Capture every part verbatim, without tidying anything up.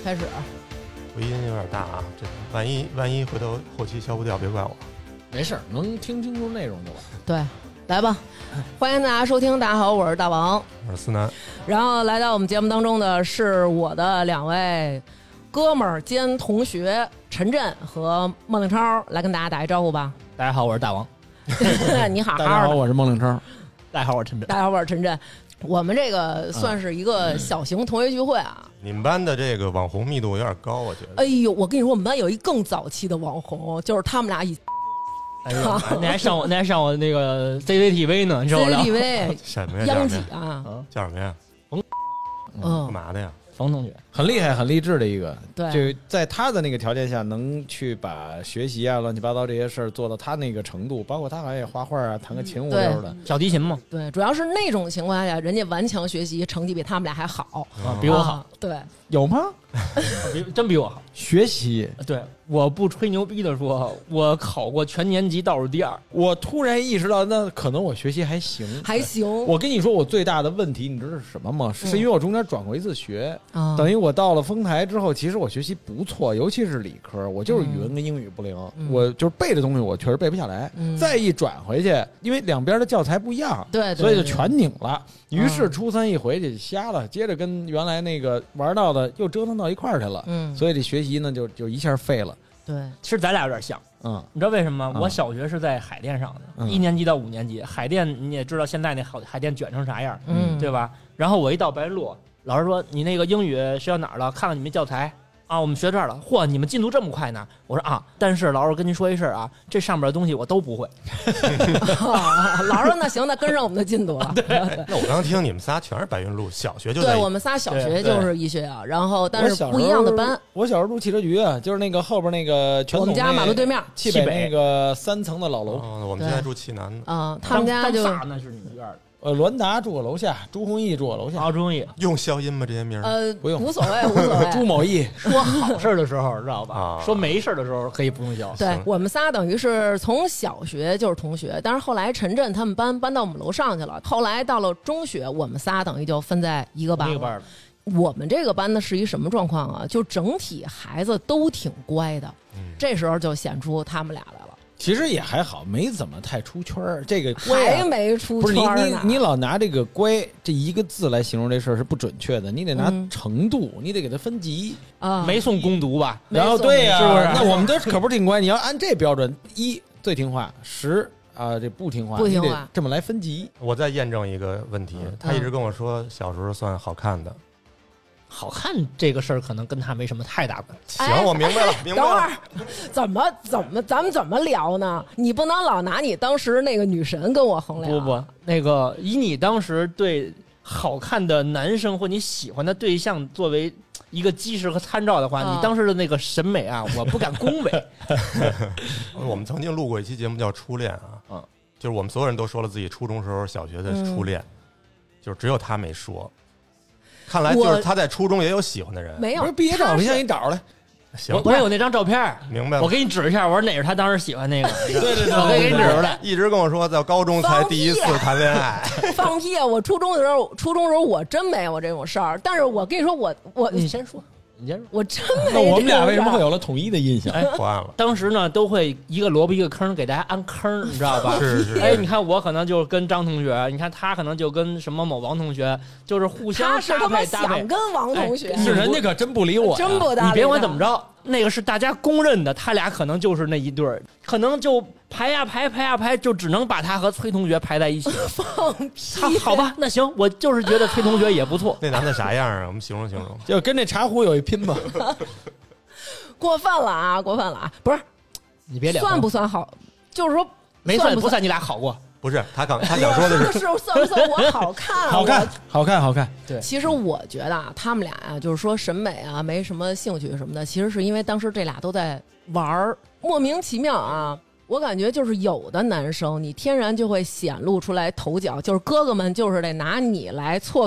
开始。 回音有点大啊，这万一万一回头后期消不掉，别怪我。 没事，能听清楚内容就完。 对，来吧，欢迎大家收听。大家好，我是大王， 我是思南。 然后来到我们节目当中的是我的两位哥们儿兼同学陈震和孟令超，来跟大家打一招呼吧。 大家好，我是大王。 你好好的。 大家好，我是孟令超。大家好，我是陈震。 大家好，我是陈震。我们这个算是一个小型同学聚会啊。 嗯、你们班的这个网红密度有点高，我觉得。 哎呦，我跟你说，我们班有一更早期的网红，就是他们俩一。 哎呀，那还上我那还上我那个 C C T V 呢，你知道吗 ？C C T V 什么呀？ 央几啊？ 叫什么呀？ 冯， 嗯， 干嘛的呀？ 冯同学很厉害，很励志的一个。 对， 就在他的那个条件下，能去把学习啊、乱七八糟这些事儿做到他那个程度，包括他好像也画画啊、弹个琴、五六的小提琴嘛。 对，主要是那种情况下，人家顽强学习，成绩比他们俩还好， 啊、比我好。 啊、对， 有吗？ 比真比我好。 学习， 对，我不吹牛逼的说，我考过全年级倒数第二。 我突然意识到，那可能我学习还行， 还行。 我跟你说，我最大的问题，你知道是什么吗？是因为我中间转过一次学， 嗯、 等于我到了丰台之后，其实我学习不错，尤其是理科，我就是语文跟英语不灵，嗯、我就是背的东西我确实背不下来。嗯、再一转回去，因为两边的教材不一样， 对， 所以就全拧了。于是初三一回去瞎了，接着跟原来那个玩到的又折腾到一块儿去了。嗯，所以这学习呢就就一下废了。 对， 其实咱俩有点像。嗯，你知道为什么吗？嗯、我小学是在海淀上的，嗯、一年级到五年级，海淀你也知道现在那海海淀卷成啥样，嗯，对吧？然后我一到白云路，老师说你那个英语学到哪儿了？看看你们教材。啊，我们学这儿了，嚯，你们进度这么快呢？我说啊，但是老师跟您说一事啊，这上面的东西我都不会。 啊、老师说那行，那跟上我们的进度了。 对， 那我刚听你们仨全是白云路，小学就对，我们仨小学就是一学校，然后但是不一样的班。 我小时候住汽车局啊，就是那个后边那个全我们家马路对面， 汽北那个三层的老楼。 哦，我们现在住济南的。 啊、嗯，他们家就那是你们院的。 呃，栾达住我楼下，朱弘毅住我楼下。 啊，朱弘毅用消音吗？这些名呃， 不用， 无所谓，无所谓。 朱某毅说好事的时候，知道吧？ 啊、 说没事的时候可以不用消。 对，我们仨等于是从小学就是同学，但是后来陈震他们班搬到我们楼上去了。后来到了中学，我们仨等于就分在一个班了。 一个班了。 我们这个班呢是一什么状况啊？就整体孩子都挺乖的，嗯、这时候就显出他们俩来了。 其实也还好，没怎么太出圈儿。这个乖、 啊、还没出圈呢。不是你你你老拿这个乖这一个字来形容这事儿是不准确的，你得拿程度，嗯、你得给它分级啊。 没送攻读吧？ 然后对呀、啊， 是不是？ 那我们这可不是挺乖。你要按这标准，一最听话，十啊这不听话， 不听话， 这么来分级。 我再验证一个问题，嗯、他一直跟我说小时候算好看的。 好看这个事儿可能跟他没什么太大关系。行，我明白了，明白了。 等会儿，怎么怎么咱们怎么聊呢？你不能老拿你当时那个女神跟我衡量。 不不，那个以你当时对好看的男生或你喜欢的对象作为一个基石和参照的话，嗯、你当时的那个审美啊，我不敢恭维。 我们曾经录过一期节目叫《初恋》啊，嗯，就是我们所有人都说了自己初中时候、小学的初恋，嗯、就是只有他没说。看来就是他在初中也有喜欢的人， 没有？ 不是毕业照，你向你找来。 行， 我有那张照片， 明白了。 我给你指一下，我说哪是他当时喜欢那个？ 对对对， 我可以给你指出来。 一直跟我说，在高中才第一次谈恋爱。 放屁！我初中的时候，初中的时候我真没有这种事儿。但是我跟你说，我我你先说。你先说， 我真没。 那我们俩为什么会有了统一的印象？ 哎， 破案了。 当时呢，都会一个萝卜一个坑，给大家安坑，你知道吧？ 是是。 哎，你看我可能就跟张同学，你看他可能就跟什么某王同学，就是互相搭配搭配。 想跟王同学， 是人家可真不理我， 真不搭理。 你别管怎么着，那个是大家公认的，他俩可能就是那一对儿，可能就排呀排排呀排，就只能把他和崔同学排在一起。 放屁！ 他好吧，那行，我就是觉得崔同学也不错。 那男的啥样啊？我们形容形容， 就跟那茶壶有一拼吧。 过分了啊！过分了啊！不是， 你别聊， 算不算好？就是说没算不算，你俩好过。 不是他刚他想说的是，是算不算我好看？ 好看，好看，好看。 对， 其实我觉得啊，他们俩啊，就是说审美啊，没什么兴趣什么的，其实是因为当时这俩都在玩儿，莫名其妙啊。我感觉就是有的男生，你天然就会显露出来头角，就是哥哥们就是得拿你来挫挫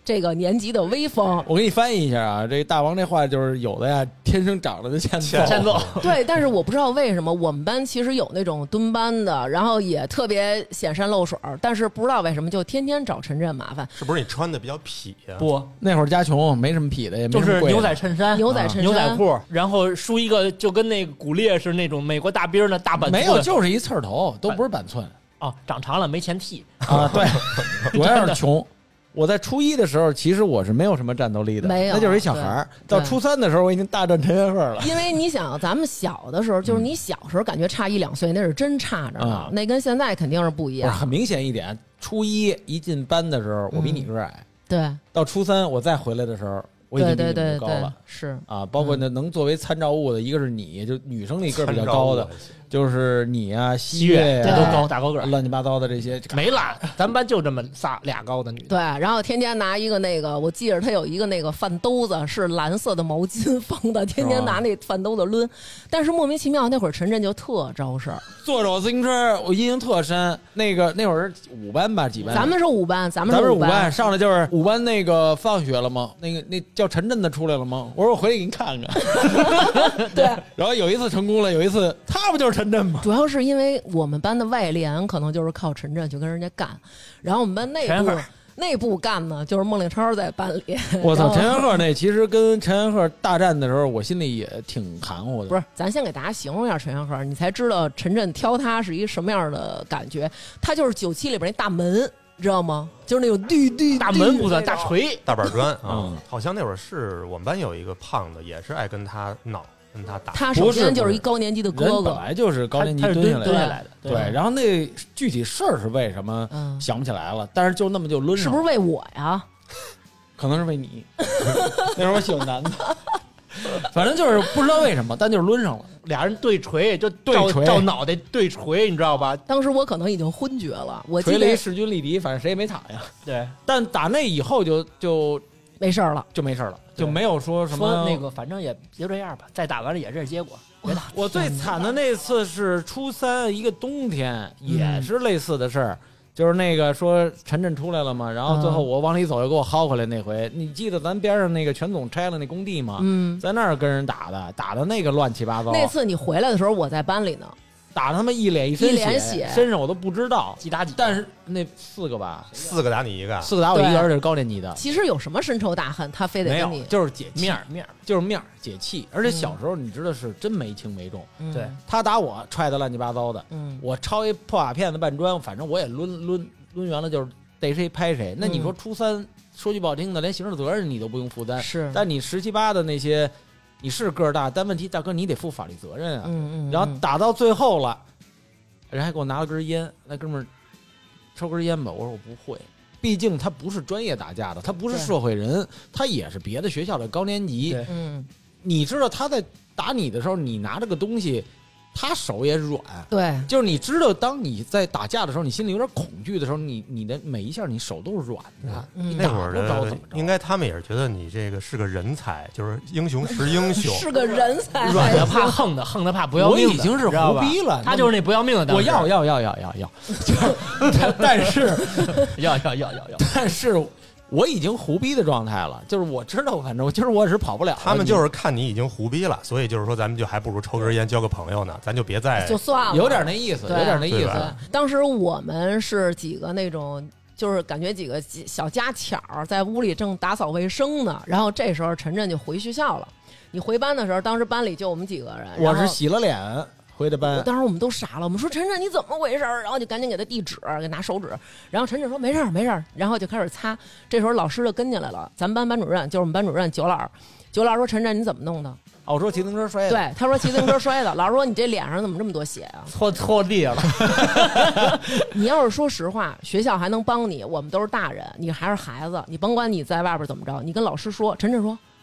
这个年级的威风。 我给你翻译一下啊，这大王这话就是有的呀，天生长得就欠揍， 欠揍。 对，但是我不知道为什么我们班其实有那种蹲班的，然后也特别显山露水，但是不知道为什么就天天找陈震麻烦。 是不是你穿的比较痞呀？ 不， 那会儿家穷，没什么痞的，也没就是牛仔衬衫、 牛仔衬衫、 牛仔裤，然后梳一个就跟那个骨裂是那种美国大兵的大板寸， 没有，就是一刺头，都不是板寸。 哦，长长了没钱剃啊，对，主要是穷。我在初一的时候，其实我是没有什么战斗力的， 没有， 那就是一小孩儿。到初三的时候，我已经大战陈元鹤了。 因为你想，咱们小的时候，就是你小时候感觉差一两岁，那是真差着呢， 嗯、 那跟现在肯定是不一样。 很明显一点，初一一进班的时候，我比你个儿矮。 嗯、对， 到初三我再回来的时候。我已经比你们高了， 对对对对是啊，包括那能作为参照物的，一个是你，就女生里个儿比较高的，就是你啊，西月呀、啊，都高大高个儿， 乱七八糟的这些没了。咱们班就这么仨俩高的女的， 对，然后天天拿一个那个，我记着他有一个那个饭兜子是蓝色的毛巾封的，天天拿那饭兜子抡。但是莫名其妙那会儿陈震就特招事儿， 坐着我自行车，我印象特深。那个那会儿是五班吧，几班？ 咱们是五班，咱们是五班， 班上来就是五班。那个放学了吗？那个那叫陈震的出来了吗？我说我回去给你看看。 对， 然后有一次成功了，有一次他不就是陈震吗？ 主要是因为我们班的外联可能就是靠陈震去跟人家干，然后我们班内部内部干呢，就是孟令超在班里。 我操，陈元鹤那其实跟陈元鹤大战的时候，我心里也挺含糊的。 不是，咱先给大家形容一下陈元鹤，你才知道陈震挑他是一个什么样的感觉。他就是九七里边那大门。知道吗？就是那种绿绿大门不算大锤大板砖啊、嗯，好像那会儿是我们班有一个胖子，也是爱跟他闹，跟他打。 他首先就是一高年级的哥哥， 本来就是高年级蹲下来蹲下来的。 对，对然后那具体事儿是为什么想不起来了，但是就那么就抡上了。 是不是为我呀？ 可能是为你。那时候我喜欢男的。反正就是不知道为什么，但就是抡上了， 俩人对锤就对锤照脑袋对锤，你知道吧？ 当时我可能已经昏厥了，我锤了一势均力敌，反正谁也没打呀。 对， 但打那以后就就没事了， 就没事了，就没有说什么说那个，反正也就这样吧，再打完了也是结果。 我最惨的那次是初三一个冬天，也是类似的事儿。嗯就是那个说陈震出来了嘛，然后最后我往里走又给我薅回来那回，你记得咱边上那个全总拆了那工地吗？嗯，在那儿跟人打的，打的那个乱七八糟。 那次你回来的时候，我在班里呢， 打他们一脸一身血， 血身上我都不知道几打几， 但是那四个吧， 四个打你一个， 四个打我一个，而且是高年级的。 其实有什么深仇大恨，他非得跟你， 就是解气面面， 就是面解气。而且小时候你知道是真没轻没重， 嗯、 对他打我踹的乱七八糟的， 嗯， 我抄一破瓦片子半砖，反正我也抡抡。抡圆了就是逮谁拍谁。那你说初三、嗯、说句不好听的，连刑事责任你都不用负担， 是。 但你十七八的那些，你是个儿大，但问题大哥你得负法律责任啊。 嗯 嗯, 嗯。 然后打到最后了，人还给我拿了根烟，那哥们儿抽根烟吧，我说我不会，毕竟他不是专业打架的，他不是社会人，他也是别的学校的高年级。 对， 嗯。 你知道他在打你的时候，你拿这个东西。他手也软， 对， 就是你知道，当你在打架的时候，你心里有点恐惧的时候，你你的每一下你手都是软的。 嗯、 那会儿的应该他们也是觉得你这个是个人才，就是英雄识英雄， 是个人才， 软的怕横的，横的怕不要命的。 我已经是胡逼了， 他就是那不要命的。 我要要要要要要，但是要要要要要， 但是。我已经胡逼的状态了，就是我知道，反正我今儿我是跑不了。 他们就是看你已经胡逼了，所以就是说，咱们就还不如抽根烟交个朋友呢，咱就别再就算了， 有点那意思，有点那意思。 当时我们是几个那种，就是感觉几个小家巧在屋里正打扫卫生呢，然后这时候陈震就回学校了。你回班的时候，当时班里就我们几个人， 我是洗了脸。回的班， 当时我们都傻了，我们说陈震你怎么回事？然后就赶紧给他递纸，给拿手纸。然后陈震说没事没事，然后就开始擦。这时候老师就跟进来了，咱们班班主任就是我们班主任九老，九老说陈震你怎么弄的？ 哦，我说骑自行车摔的。 对，他说骑自行车摔的。老师说你这脸上怎么这么多血啊？ 搓搓地了。 你要是说实话，学校还能帮你，我们都是大人，你还是孩子，你甭管你在外边怎么着，你跟老师说。陈震说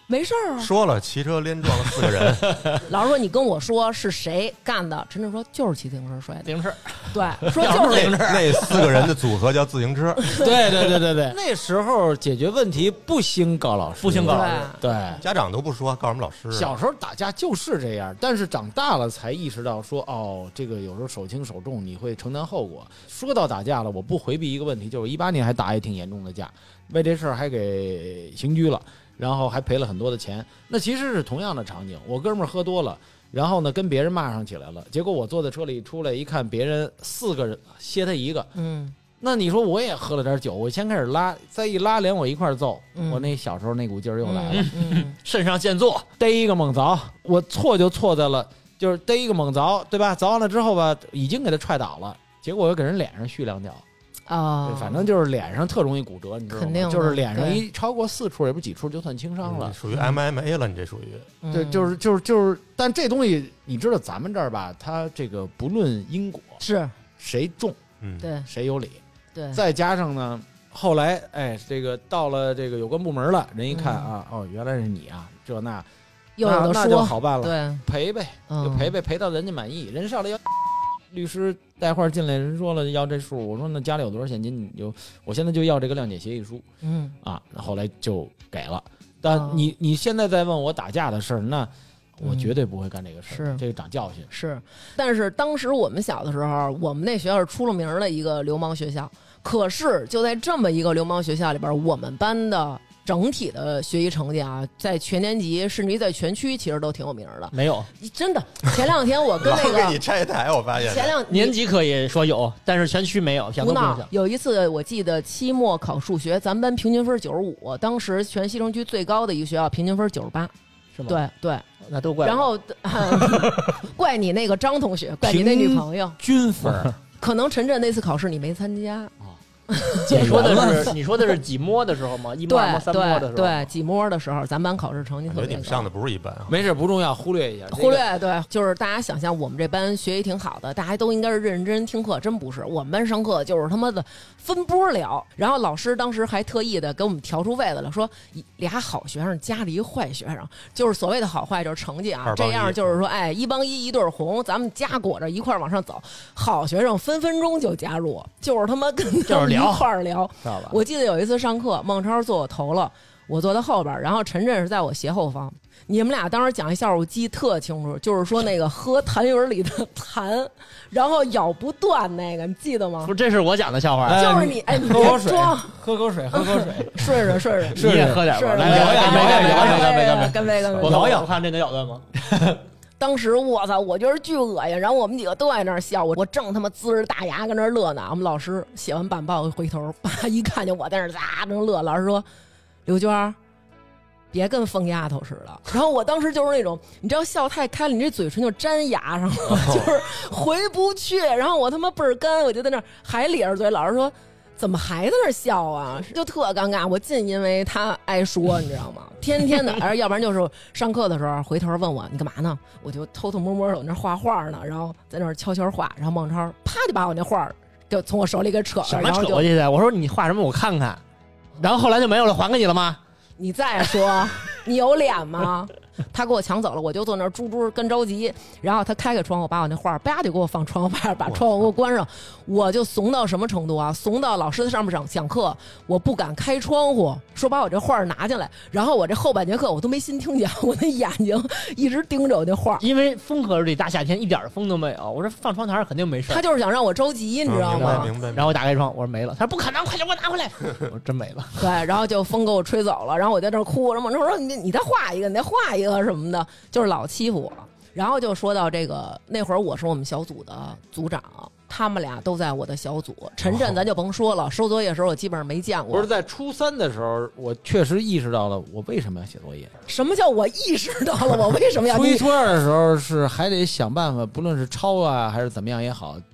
没事儿啊。 说了，骑车连撞了四个人。 老师说你跟我说是谁干的，陈震说就是骑自行车摔的。 自行车， 对，说就是自行车。 那四个人的组合叫自行车。 对对对对对，那时候解决问题不兴告老师， 不兴告老师， 对， 家长都不说，告什么老师？ 小时候打架就是这样，但是长大了才意识到说，哦，这个有时候手轻手重，你会承担后果。说到打架了，我不回避一个问题，就是一八年还打也挺严重的架，为这事儿还给刑拘了。然后还赔了很多的钱，那其实是同样的场景。我哥们儿喝多了，然后呢跟别人骂上起来了，结果我坐在车里出来一看，别人四个人歇他一个， 嗯， 那你说我也喝了点酒，我先开始拉，再一拉连我一块儿揍， 嗯、 我那小时候那股劲儿又来了， 嗯嗯、 肾上腺素， 逮一个猛凿，我错就错在了，就是逮一个猛凿，对吧？凿完了之后吧，已经给他踹倒了，结果我又给人脸上续两脚。 啊、哦， 反正就是脸上特容易骨折，你知道吗？ 肯定就是脸上一超过四处，也不几处就算轻伤了， 嗯、属于 M M A 了，你这属于。 嗯、 对，就是就是就是，但这东西你知道，咱们这儿吧，它这个不论因果， 是谁重， 嗯， 对， 谁有理， 对。 再加上呢，后来哎，这个到了这个有关部门了，人一看啊，嗯、哦，原来是你啊，这那， 有的那那就好办了， 对， 赔呗，就赔呗，赔到人家满意，人上来要。律师带话进来，人说了要这数，我说那家里有多少现金，你就我现在就要这个谅解协议书， 嗯啊，后来就给了。但你、哦、你现在再问我打架的事儿，那我绝对不会干这个事儿、嗯，这个长教训是。但是当时我们小的时候，我们那学校是出了名的一个流氓学校，可是就在这么一个流氓学校里边，我们班的整体的学习成绩啊，在全年级甚至于在全区其实都挺有名的。 没有， 真的。前两天我跟那个给你拆台，我发现前两年级可以说有，但是全区没有。 胡闹！有一次我记得期末考数学，咱们班平均分九十五，当时全西城区最高的一个学校平均分九十八， 是吗？ 对对， 那都怪我。 然后、呃、怪你那个张同学，怪你那女朋友。 均分， 可能陈震那次考试你没参加。 你说的是你说的是几摸的时候吗？一摸、二摸、三摸的时候。 对，几摸的时候，咱班考试成绩特别高。 你们上的不是一般啊。 没事，不重要，忽略一下。 忽略对，就是大家想象我们这班学习挺好的，大家都应该是认认真真听课，真不是。我们班上课就是他妈的分波聊，然后老师当时还特意的给我们调出位子了，说俩好学生加了一个坏学生，就是所谓的好坏就是成绩啊。这样就是说，哎，一帮一一对红，咱们夹裹着一块往上走。好学生分分钟就加入，就是他妈跟他们一块儿聊。我记得有一次上课，孟超坐我头了，我坐在后边，然后陈震是在我斜后方。你们俩当时讲一笑话，我记得特清楚，就是说那个喝痰盂里的痰，然后咬不断那个，你记得吗？ 不，这是我讲的笑话， 就是你，哎，你喝口水， 装， 喝口水，喝口水， 顺着顺着， 你也喝点吧，来摇摇摇摇摇干杯干杯干杯干杯， 我摇摇，我看这能咬断吗？ 当时我操，我觉得巨恶心，然后我们几个都在那儿笑，我我正他妈呲着大牙跟那儿乐呢。我们老师写完板报回头，叭一看见我在那儿咋正乐，老师说：“刘娟，别跟疯丫头似的。”然后我当时就是那种，你知道笑太开了，你这嘴唇就粘牙上了，就是回不去。然后我他妈倍儿干，我就在那儿还咧着嘴，老师说。怎么还在那笑啊？就特尴尬。我尽因为他爱说，你知道吗？天天的，要不然就是上课的时候回头问我你干嘛呢？我就偷偷摸摸的我那画画呢，然后在那悄悄画。然后孟超啪就把我那画就从我手里给扯了， 什么扯过去的？我说你画什么？我看看。然后后来就没有了，还给你了吗？ 你再说，你有脸吗？他给我抢走了，我就坐那儿猪猪跟着急，然后他开开窗户，把我那画叭就给我放窗户外，把窗户给我关上，我就怂到什么程度啊？怂到老师在上面讲讲课，我不敢开窗户，说把我这画拿进来，然后我这后半节课我都没心听讲，我那眼睛一直盯着我那画， 因为风和日丽大夏天一点风都没有，我说放窗台上肯定没事， 他就是想让我着急，你知道吗？ 嗯、明白明白。 然后我打开窗，我说没了，他说不可能，快点给我拿回来，我说真没了。 对，然后就风给我吹走了，然后我在这儿哭，然后我说你你再画一个，你再画一个什么的。就是老欺负我，然后就说到这个，那会儿我是我们小组的组长，他们俩都在我的小组。陈震咱就甭说了，收作业的时候我基本上没见过。 不是在初三的时候，我确实意识到了我为什么要写作业。 什么叫我意识到了我为什么要？ 初一初二的时候是还得想办法，不论是抄啊还是怎么样也好，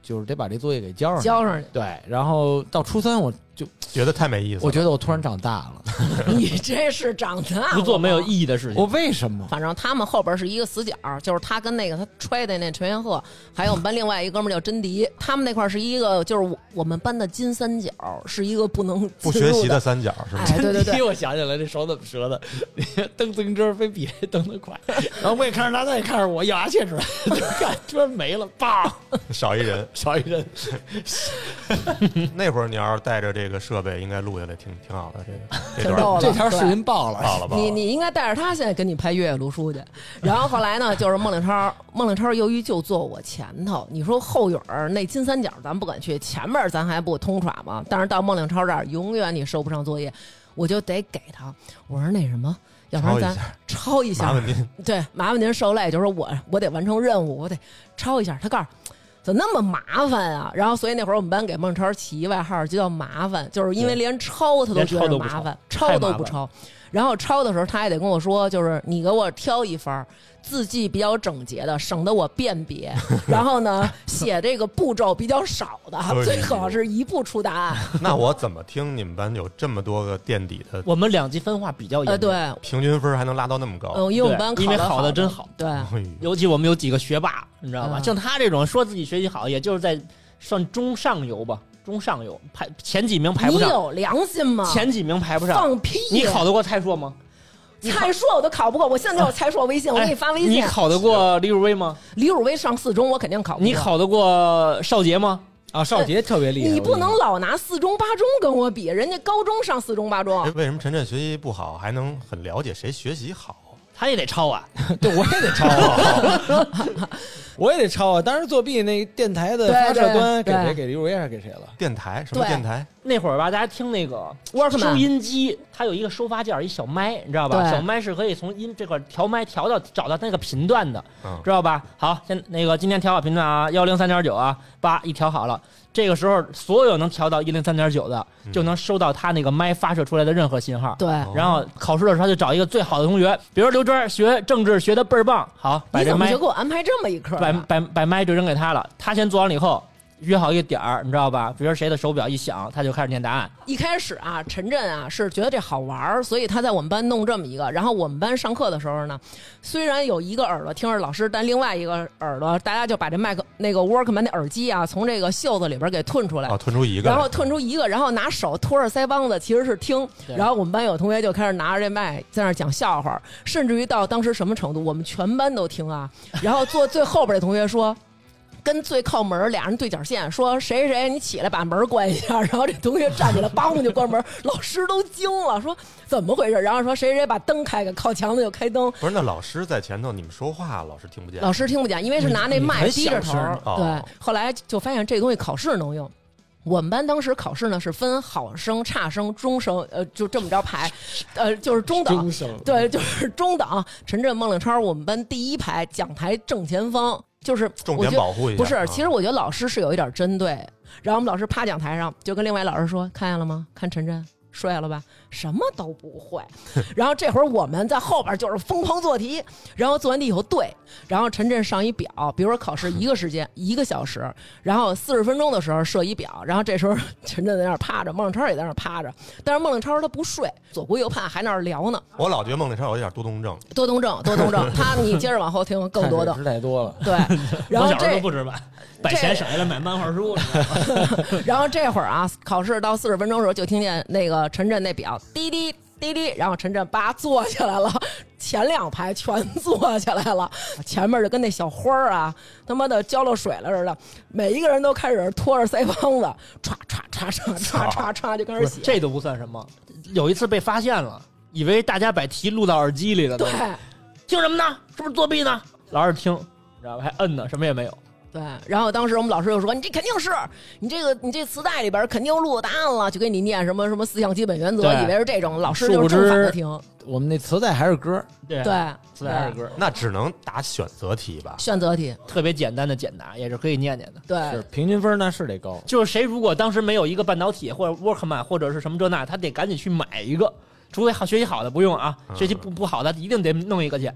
就是得把这作业给交上交上去。 对，然后到初三我就觉得太没意思了。 我觉得我突然长大了。 你这是长大不做没有意义的事情。 我为什么？ 反正他们后边是一个死角，就是他跟那个他揣的那陈元鹤，还有我们班另外一个哥们儿叫甄迪，他们那块是一个就是我们班的金三角，是一个不能不学习的三角，是吗？ 哎，对对对， 我想起来这手怎么折的，蹬自行车非比蹬得快，然后我也看着他，他也看着我，咬牙切齿，就看突然没了，叭， 少一人， 少一人。 那会儿你要是带着这个设备，应该录下来挺挺好的。这个这挺逗的这条视频爆了， 爆了，爆了。 你你应该带着他现在跟你拍越野路书去。然后后来呢，就是孟令超，孟令超由于就坐我前头，你说后影儿那金三角咱不敢去，前面咱还不通耍吗？但是到孟令超这儿，永远你收不上作业，我就得给他。我说那什么。要不然咱抄一下， 麻烦您。 对，麻烦您受累，就是我我得完成任务，我得抄一下。他告诉怎么那么麻烦啊？然后所以那会儿我们班给孟超起一外号就叫麻烦，就是因为连抄他都觉得麻烦，抄都不抄。然后抄的时候他还得跟我说，就是你给我挑一番字迹比较整洁的，省得我辨别。然后呢，写这个步骤比较少的，最好是一步出答案。 那我怎么听你们班有这么多个垫底的？ 我们两级分化比较严， 呃，对， 平均分还能拉到那么高。 嗯，因为我们班因为考的真好， 对， 尤其我们有几个学霸，你知道吧？像他这种说自己学习好，也就是在算中上游吧。中上游排前几名排不上， 你有良心吗？ 前几名排不上， 放屁！ 你考得过蔡硕吗？ 蔡硕我都考不过，我现在有蔡硕微信，我给你发微信。 你考得过李汝威吗？ 李汝威上四中，我肯定考不过。 你考得过邵杰吗？ 啊，邵杰特别厉害。 你不能老拿四中八中跟我比，人家高中上四中八中。 为什么晨晨学习不好，还能很了解谁学习好？ 他也得抄啊， 对，我也得抄啊，我也得抄啊。当时作弊那电台的发射端给谁？给李汝威还是给谁了？ 电台什么电台？ 那会儿吧，大家听那个收音机，它有一个收发件，一小麦，你知道吧？小麦是可以从音这块调麦调到找到那个频段的， 嗯、 知道吧？好，先那个今天调好频段啊，幺零三点九啊，叭一调好了。这个时候，所有能调到一零三点九的，就能收到他那个麦发射出来的任何信号。 对， 然后考试的时候，他就找一个最好的同学，比如刘娟学政治学的倍儿棒，好，把这麦你怎么就给我安排这么一科、啊？ 把把把麦就扔给他了，他先做完了以后。约好一个点儿，你知道吧？比如说谁的手表一响，他就开始念答案。 一开始啊，陈震啊是觉得这好玩，所以他在我们班弄这么一个。然后我们班上课的时候呢，虽然有一个耳朵听着老师，但另外一个耳朵，大家就把这麦克那个 Walkman 的耳机啊，从这个袖子里边给吞出来， 哦，吞出一个， 然后吞出一个，然后拿手托着腮帮子，其实是听。然后我们班有同学就开始拿着这麦在那讲笑话，甚至于到当时什么程度，我们全班都听啊。然后坐最后边的同学说。跟最靠门俩人对角线，说谁谁谁你起来把门关一下，然后这同学站起来梆就关门，老师都惊了，说怎么回事？然后说谁谁把灯开开，靠墙的就开灯。 不是，那老师在前头，你们说话老师听不见。 老师听不见，因为是拿那麦低着头。 哦、 对，后来就发现这东西考试能用。我们班当时考试呢是分好生、差生、中生，呃，就这么着排，呃，就是中等， 中生对，就是中等。陈震、孟令超，我们班第一排讲台正前方。就是重点保护一下。 不是，其实我觉得老师是有一点针对。然后我们老师趴讲台上，就跟另外老师说：“看见了吗？看陈震睡了吧？什么都不会。”然后这会儿我们在后边就是疯狂做题，然后做完题以后对，然后陈震上一表，比如说考试一个时间一个小时，然后四十分钟的时候设一表，然后这时候陈震在那儿趴着，孟令超也在那儿趴着，但是孟令超他不睡，左顾右盼还那儿聊呢。 我老觉得孟令超有一点多动症， 多动症，多动症。他你接着往后听，更多的知太多了。 对，然后我小时候不止买，把钱省下来买漫画书。 然后这会儿啊，考试到四十分钟的时候，就听见那个陈震那表滴滴滴滴，然后陈震叭坐起来了，前两排全坐起来了，前面就跟那小花儿啊，他妈的浇了水了似的，每一个人都开始拖着腮帮子，唰唰唰唰唰唰唰就开始写。 这都不算什么，有一次被发现了，以为大家把题录到耳机里了， 对， 听什么呢？是不是作弊呢？老师听，然后还摁呢，什么也没有。 对，然后当时我们老师就说：“你这肯定是你这个你这磁带里边肯定录答案了，就给你念什么什么四项基本原则，以为是这种。”老师就是正反的听。 我们那磁带还是歌， 对对， 磁带还是歌， 那只能答选择题吧？ 选择题特别简单的简答，也是可以念念的。 对， 是平均分那是得高。 就是谁如果当时没有一个半导体或者 Workman 或者是什么这那，他得赶紧去买一个。除非好学习好的不用啊，学习不不好的一定得弄一个去。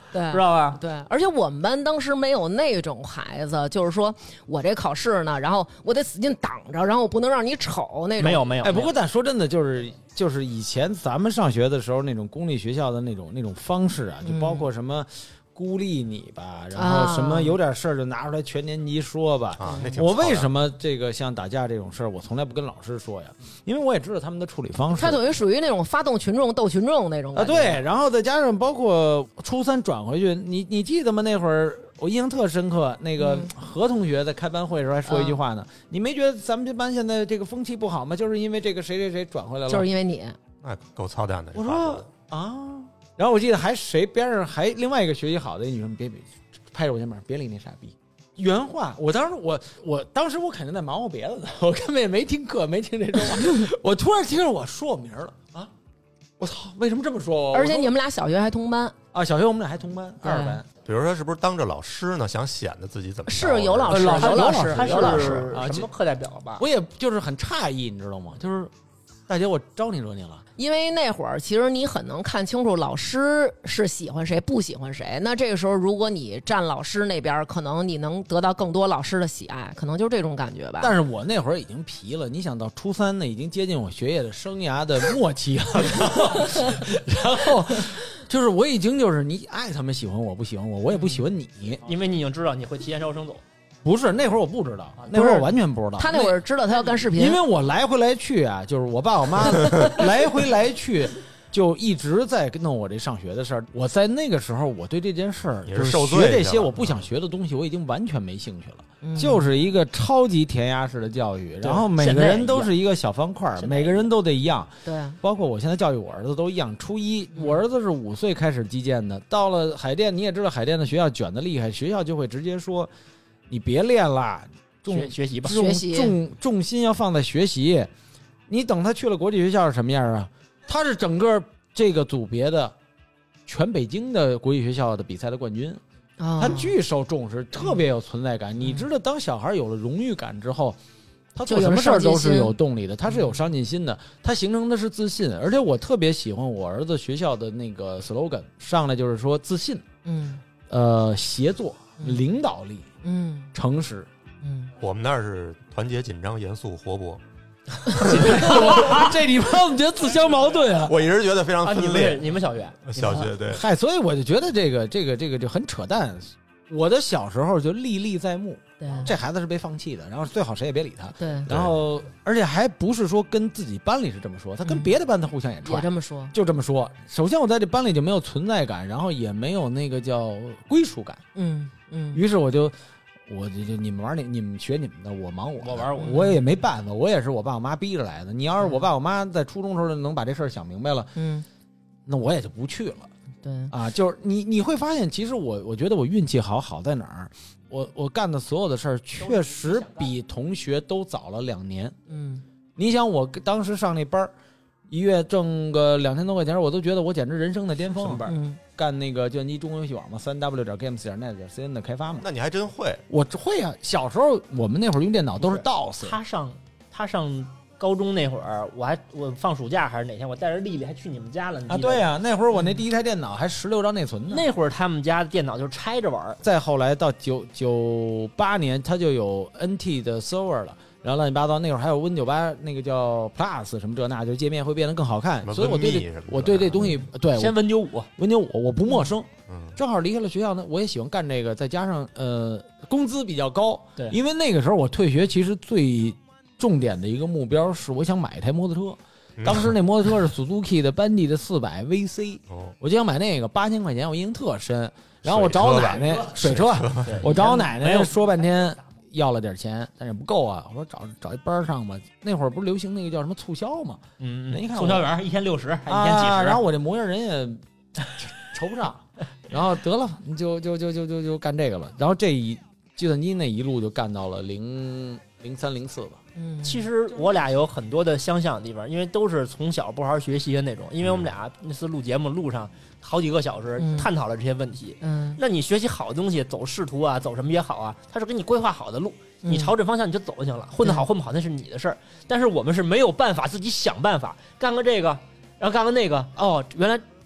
对， 知道吧？ 对，而且我们班当时没有那种孩子，就是说我这考试呢，然后我得使劲挡着，然后我不能让你瞅那种。 没有没有。 哎，不过但说真的，就是就是以前咱们上学的时候那种公立学校的那种那种方式啊，就包括什么。孤立你吧，然后什么有点事儿就拿出来全年级说吧。 啊，那挺我为什么这个像打架这种事儿，我从来不跟老师说呀？因为我也知道他们的处理方式。 他等于属于那种发动群众斗群众那种啊，对。然后再加上包括初三转回去，你你记得吗？那会儿我印象特深刻，那个何同学在开班会的时候还说一句话呢：“嗯、你没觉得咱们这班现在这个风气不好吗？就是因为这个谁谁谁转回来了， 就是因为你。” 那够操蛋的。 我说啊。然后我记得还谁边上还另外一个学习好的女生，别别拍着我肩膀，别理那傻逼。原话，我当时我我当时我肯定在忙活别的呢，我根本也没听课，没听这种话。我突然听着我说我名了啊！我操，为什么这么说？ 而且你们俩小学还同班啊？小学我们俩还同班，二班。 比如说，是不是当着老师呢，想显得自己怎么是有老师， 有老师， 他有老师啊？什么课代表吧？ 我也就是很诧异，你知道吗？就是大姐，我招你惹你了。 因为那会儿其实你很能看清楚老师是喜欢谁不喜欢谁，那这个时候如果你站老师那边，可能你能得到更多老师的喜爱，可能就是这种感觉吧。 但是我那会儿已经皮了，你想到初三呢，已经接近我学业的生涯的末期了，然后就是我已经就是你爱他们喜欢我不喜欢我，我也不喜欢你， 因为你已经知道你会提前招生走。 不是那会儿我不知道，那会儿我完全不知道。 他那会儿知道他要干视频， 因为我来回来去啊，就是我爸我妈来回来去，就一直在弄我这上学的事儿。我在那个时候，我对这件事儿就是学这些我不想学的东西，我已经完全没兴趣了。嗯、就是一个超级填鸭式的教育，然后每个人都是一个小方块，每个人都得一样。 对， 包括我现在教育我儿子都一样。初一，我儿子是五岁开始击剑的，到了海淀，你也知道海淀的学校卷得厉害，学校就会直接说。你别练了， 学学习吧， 学习重重心要放在学习。你等他去了国际学校是什么样啊？他是整个这个组别的全北京的国际学校的比赛的冠军，哦、他巨受重视，特别有存在感。嗯、你知道，当小孩有了荣誉感之后，他做什么事儿都是有动力的，他是有上进心的，他形成的是自信。而且我特别喜欢我儿子学校的那个 slogan， 上来就是说自信，嗯，呃，协作、领导力。嗯，诚实， 嗯， 我们那儿是团结、紧张、严肃、活泼。 这地方我们觉得自相矛盾啊！ 我一直觉得非常分裂。 啊、你, 你们小学， 小学对， 嗨，所以我就觉得这个这个这个就很扯淡。我的小时候就历历在目， 对， 这孩子是被放弃的，然后最好谁也别理他， 对， 然后而且还不是说跟自己班里是这么说，他跟别的班他互相也串， 也这么说， 就这么说。首先我在这班里就没有存在感，然后也没有那个叫归属感， 嗯嗯， 于是我就。我就就你们玩你你们学你们的，我忙我我玩我， 我也没办法，我也是我爸我妈逼着来的。你要是我爸我妈在初中时候能把这事儿想明白了，嗯，那我也就不去了。 对啊，就是你你会发现，其实我我觉得我运气好，好在哪儿？我我干的所有的事儿确实比同学都早了两年。嗯，你想我当时上那班儿，一月挣个两千多块钱，我都觉得我简直人生的巅峰。嗯。干那个计算机中国游戏网嘛，三 w 点 games 点 net 点 cn 的开发嘛。 那你还真会？ 我会啊！小时候我们那会儿用电脑都是 D O S。 他上他上高中那会儿，我还我放暑假还是哪天，我带着丽丽还去你们家了。 啊，对呀、啊，那会儿我那第一台电脑还十六兆内存呢。 那会儿他们家的电脑就拆着玩。 再后来到九九八年，它就有 N T 的 server 了。然后乱七八糟，那会儿还有 Win 九八那个叫 Plus 什么这那，就界面会变得更好看。所以我对这我对这东西对先 Win 九五 Win 九五我不陌生。嗯，正好离开了学校呢，我也喜欢干这个，再加上呃工资比较高。 对， 因为那个时候我退学，其实最重点的一个目标是我想买一台摩托车。当时那摩托车是 Suzuki 的班地的四百 V C， 我就想买那个八千块钱，我印象特深。然后我找我奶奶水车，我找我奶奶说半天。要了点钱，但是也不够啊！我说找找一班上吧。那会儿不是流行那个叫什么促销吗？ 嗯，人一看促销员一天六十，还一天几十、 啊。然后我这模样人也愁不上，然后得了，你就就就就就就干这个了。然后这一计算机那一路就干到了零零三零四吧。 嗯，其实我俩有很多的相像的地方，因为都是从小不好好学习的那种。因为我们俩那次录节目路上好几个小时探讨了这些问题。嗯，那你学习好的东西，走仕途啊，走什么也好啊，它是给你规划好的路，你朝这方向你就走就行了。混得好混不好那是你的事儿。但是我们是没有办法自己想办法干个这个，然后干个那个。哦，原来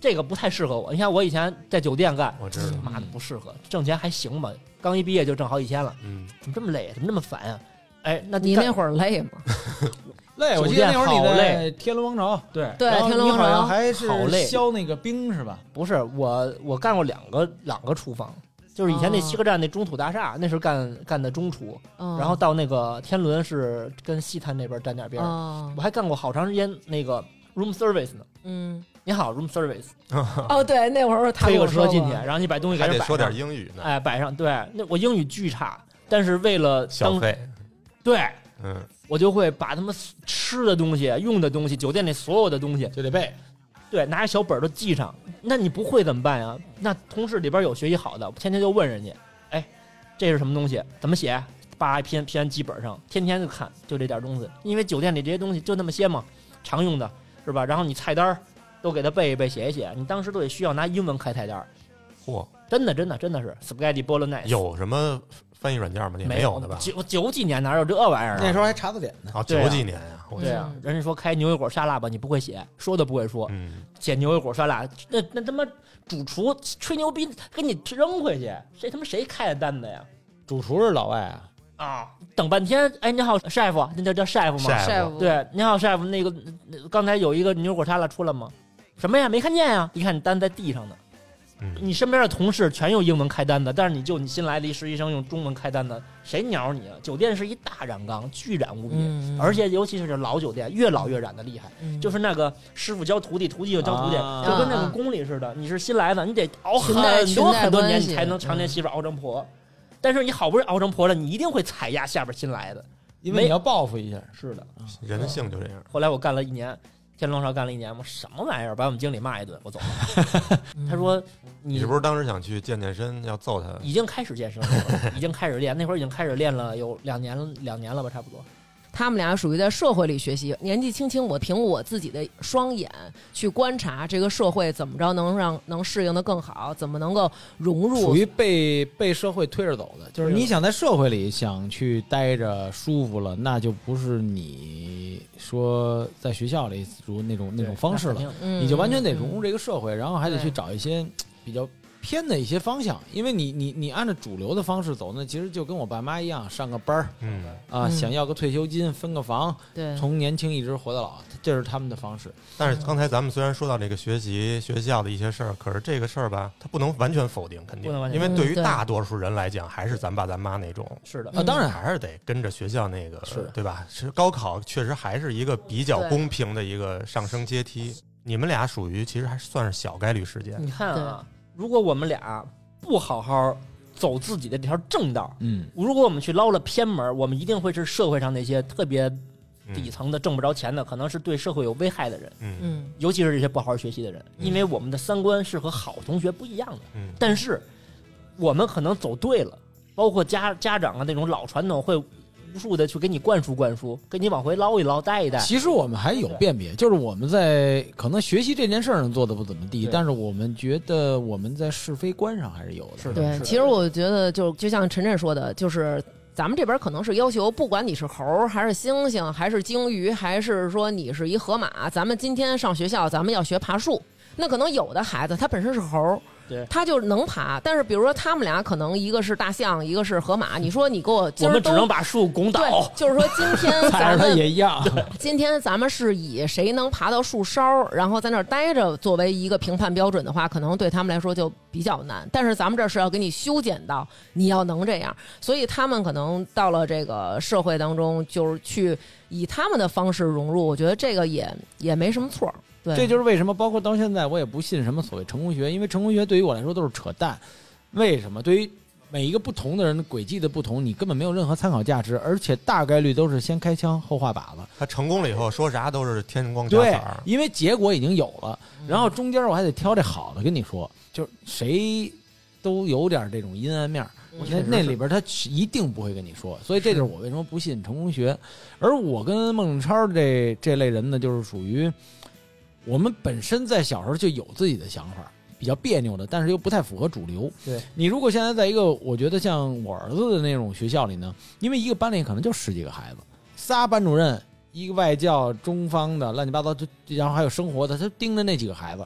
这个不太适合我。你看我以前在酒店干， 我知道， 妈的不适合，挣钱还行吧，刚一毕业就挣好几千了， 嗯， 怎么这么累，怎么这么烦啊？哎，那你那会儿累吗？ 累，我记得那会儿你好在累天伦王朝， 对对，天伦王好像朝还是好累削那个冰是吧？ 不是我，我干过两个两个厨房，就是以前那西客站那中土大厦，那是干干的中厨， 哦、 然后到那个天伦是跟西滩那边沾点边、 哦、 我还干过好长时间那个 room service 呢。 嗯， 你好 room service。 哦，对，那会儿他推个车进去，然后你把东西给还人摆上， 得说点英语呢。 哎，摆上。对，那我英语巨差，但是为了小费， 对， 嗯， 我就会把他们吃的东西、用的东西、酒店里所有的东西就得背。 对，拿着小本都记上。那你不会怎么办呀？那同事里边有学习好的，天天就问人家，哎，这是什么东西？怎么写？叭一篇篇记本上，天天就看，就这点东西。因为酒店里这些东西就那么些嘛，常用的是吧？然后你菜单都给他背一背、写一写。你当时都得需要拿英文开菜单。 嚯， 真的真的真的是 spaghetti bolognese。 有什么翻译软件吗？你没有的吧？ 九九几年哪有这玩意儿啊？ 那时候还查字典呢。 啊，九几年呀， 对啊，人家说开牛油果沙拉吧，你不会写，说都不会说， 嗯， 写牛油果沙拉，那那他妈主厨吹牛逼给你扔回去，谁他妈谁开的单子呀？ 主厨是老外啊。 啊，等半天，哎，你好，chef，那叫叫 chef 吗 chef 对，你好，chef，那个刚才有一个牛油果沙拉出来吗？什么呀？没看见呀？一看你单在地上呢。 嗯， 你身边的同事全用英文开单的，但是你就你新来的一实习生用中文开单的，谁鸟你啊？酒店是一大染缸，巨染无比， 嗯、 而且尤其是这老酒店，越老越染的厉害。 嗯、 就是那个师傅教徒弟，徒弟又教徒弟， 啊、 就跟那个宫里似的。你是新来的，你得熬很多很多年，你才能常年媳妇熬成婆。嗯、但是你好不容易熬成婆了，你一定会踩压下边新来的， 因为你要报复一下。 是的， 人性就这样。 后来我干了一年。天龙朝干了一年嘛，什么玩意儿？把我们经理骂一顿，我走了。他说你：“ 你是不是当时想去健健身，要揍他？” 已经开始健身了，已经开始练，那会儿已经开始练了有两年两年了吧，差不多。 他们俩属于在社会里学习，年纪轻轻，我凭我自己的双眼去观察这个社会怎么着能让能适应的更好，怎么能够融入， 属于被被社会推着走的。就是你想在社会里想去待着舒服了，那就不是你说在学校里如那种那种方式了，你就完全得融入这个社会，然后还得去找一些比较偏的一些方向，因为你你你按照主流的方式走，那其实就跟我爸妈一样，上个班儿， 嗯啊，想要个退休金，分个房， 对， 从年轻一直活到老，这是他们的方式。 但是刚才咱们虽然说到这个学习学校的一些事儿，可是这个事儿吧，它不能完全否定，肯定，因为对于大多数人来讲，还是咱爸咱妈那种， 是的啊，当然还是得跟着学校那个， 是对吧？是高考确实还是一个比较公平的一个上升阶梯。你们俩属于其实还算是小概率事件。 你看啊，如果我们俩不好好走自己的这条正道， 嗯， 如果我们去捞了偏门，我们一定会是社会上那些特别底层的挣不着钱的，可能是对社会有危害的人， 嗯， 尤其是这些不好好学习的人，因为我们的三观是和好同学不一样的， 嗯， 但是我们可能走对了，包括家家长啊那种老传统会无数的去给你灌输灌输，给你往回捞一捞带一带。 其实我们还有辨别，就是我们在可能学习这件事儿上做的不怎么地，但是我们觉得我们在是非观上还是有的。 是的， 对，其实我觉得就就像陈震说的，就是咱们这边可能是要求，不管你是猴还是猩猩还是鲸鱼，还是说你是一河马，咱们今天上学校咱们要学爬树，那可能有的孩子他本身是猴。 对， 他就能爬，但是比如说他们俩可能一个是大象，一个是河马，你说你给我今儿我们只能把树拱倒， 对，就是说今天咱们也一样， 今天咱们是以谁能爬到树梢，然后在那儿待着作为一个评判标准的话，可能对他们来说就比较难。但是咱们这是要给你修剪到你要能这样，所以他们可能到了这个社会当中，就是去以他们的方式融入，我觉得这个也也没什么错。对， 这就是为什么包括到现在我也不信什么所谓成功学，因为成功学对于我来说都是扯淡。为什么？对于每一个不同的人的轨迹的不同，你根本没有任何参考价值，而且大概率都是先开枪后画靶子。 他成功了以后说啥都是天光加对， 法， 因为结果已经有了，然后中间我还得挑这好的跟你说，就是谁都有点这种阴暗面。那那里边他一定不会跟你说，所以这就是我为什么不信成功学。而我跟孟超这这类人呢，就是属于我们本身在小时候就有自己的想法，比较别扭的，但是又不太符合主流。 对， 你如果现在在一个我觉得像我儿子的那种学校里呢，因为一个班里可能就十几个孩子，仨班主任，一个外教、中方的乱七八糟，就然后还有生活的，他盯着那几个孩子。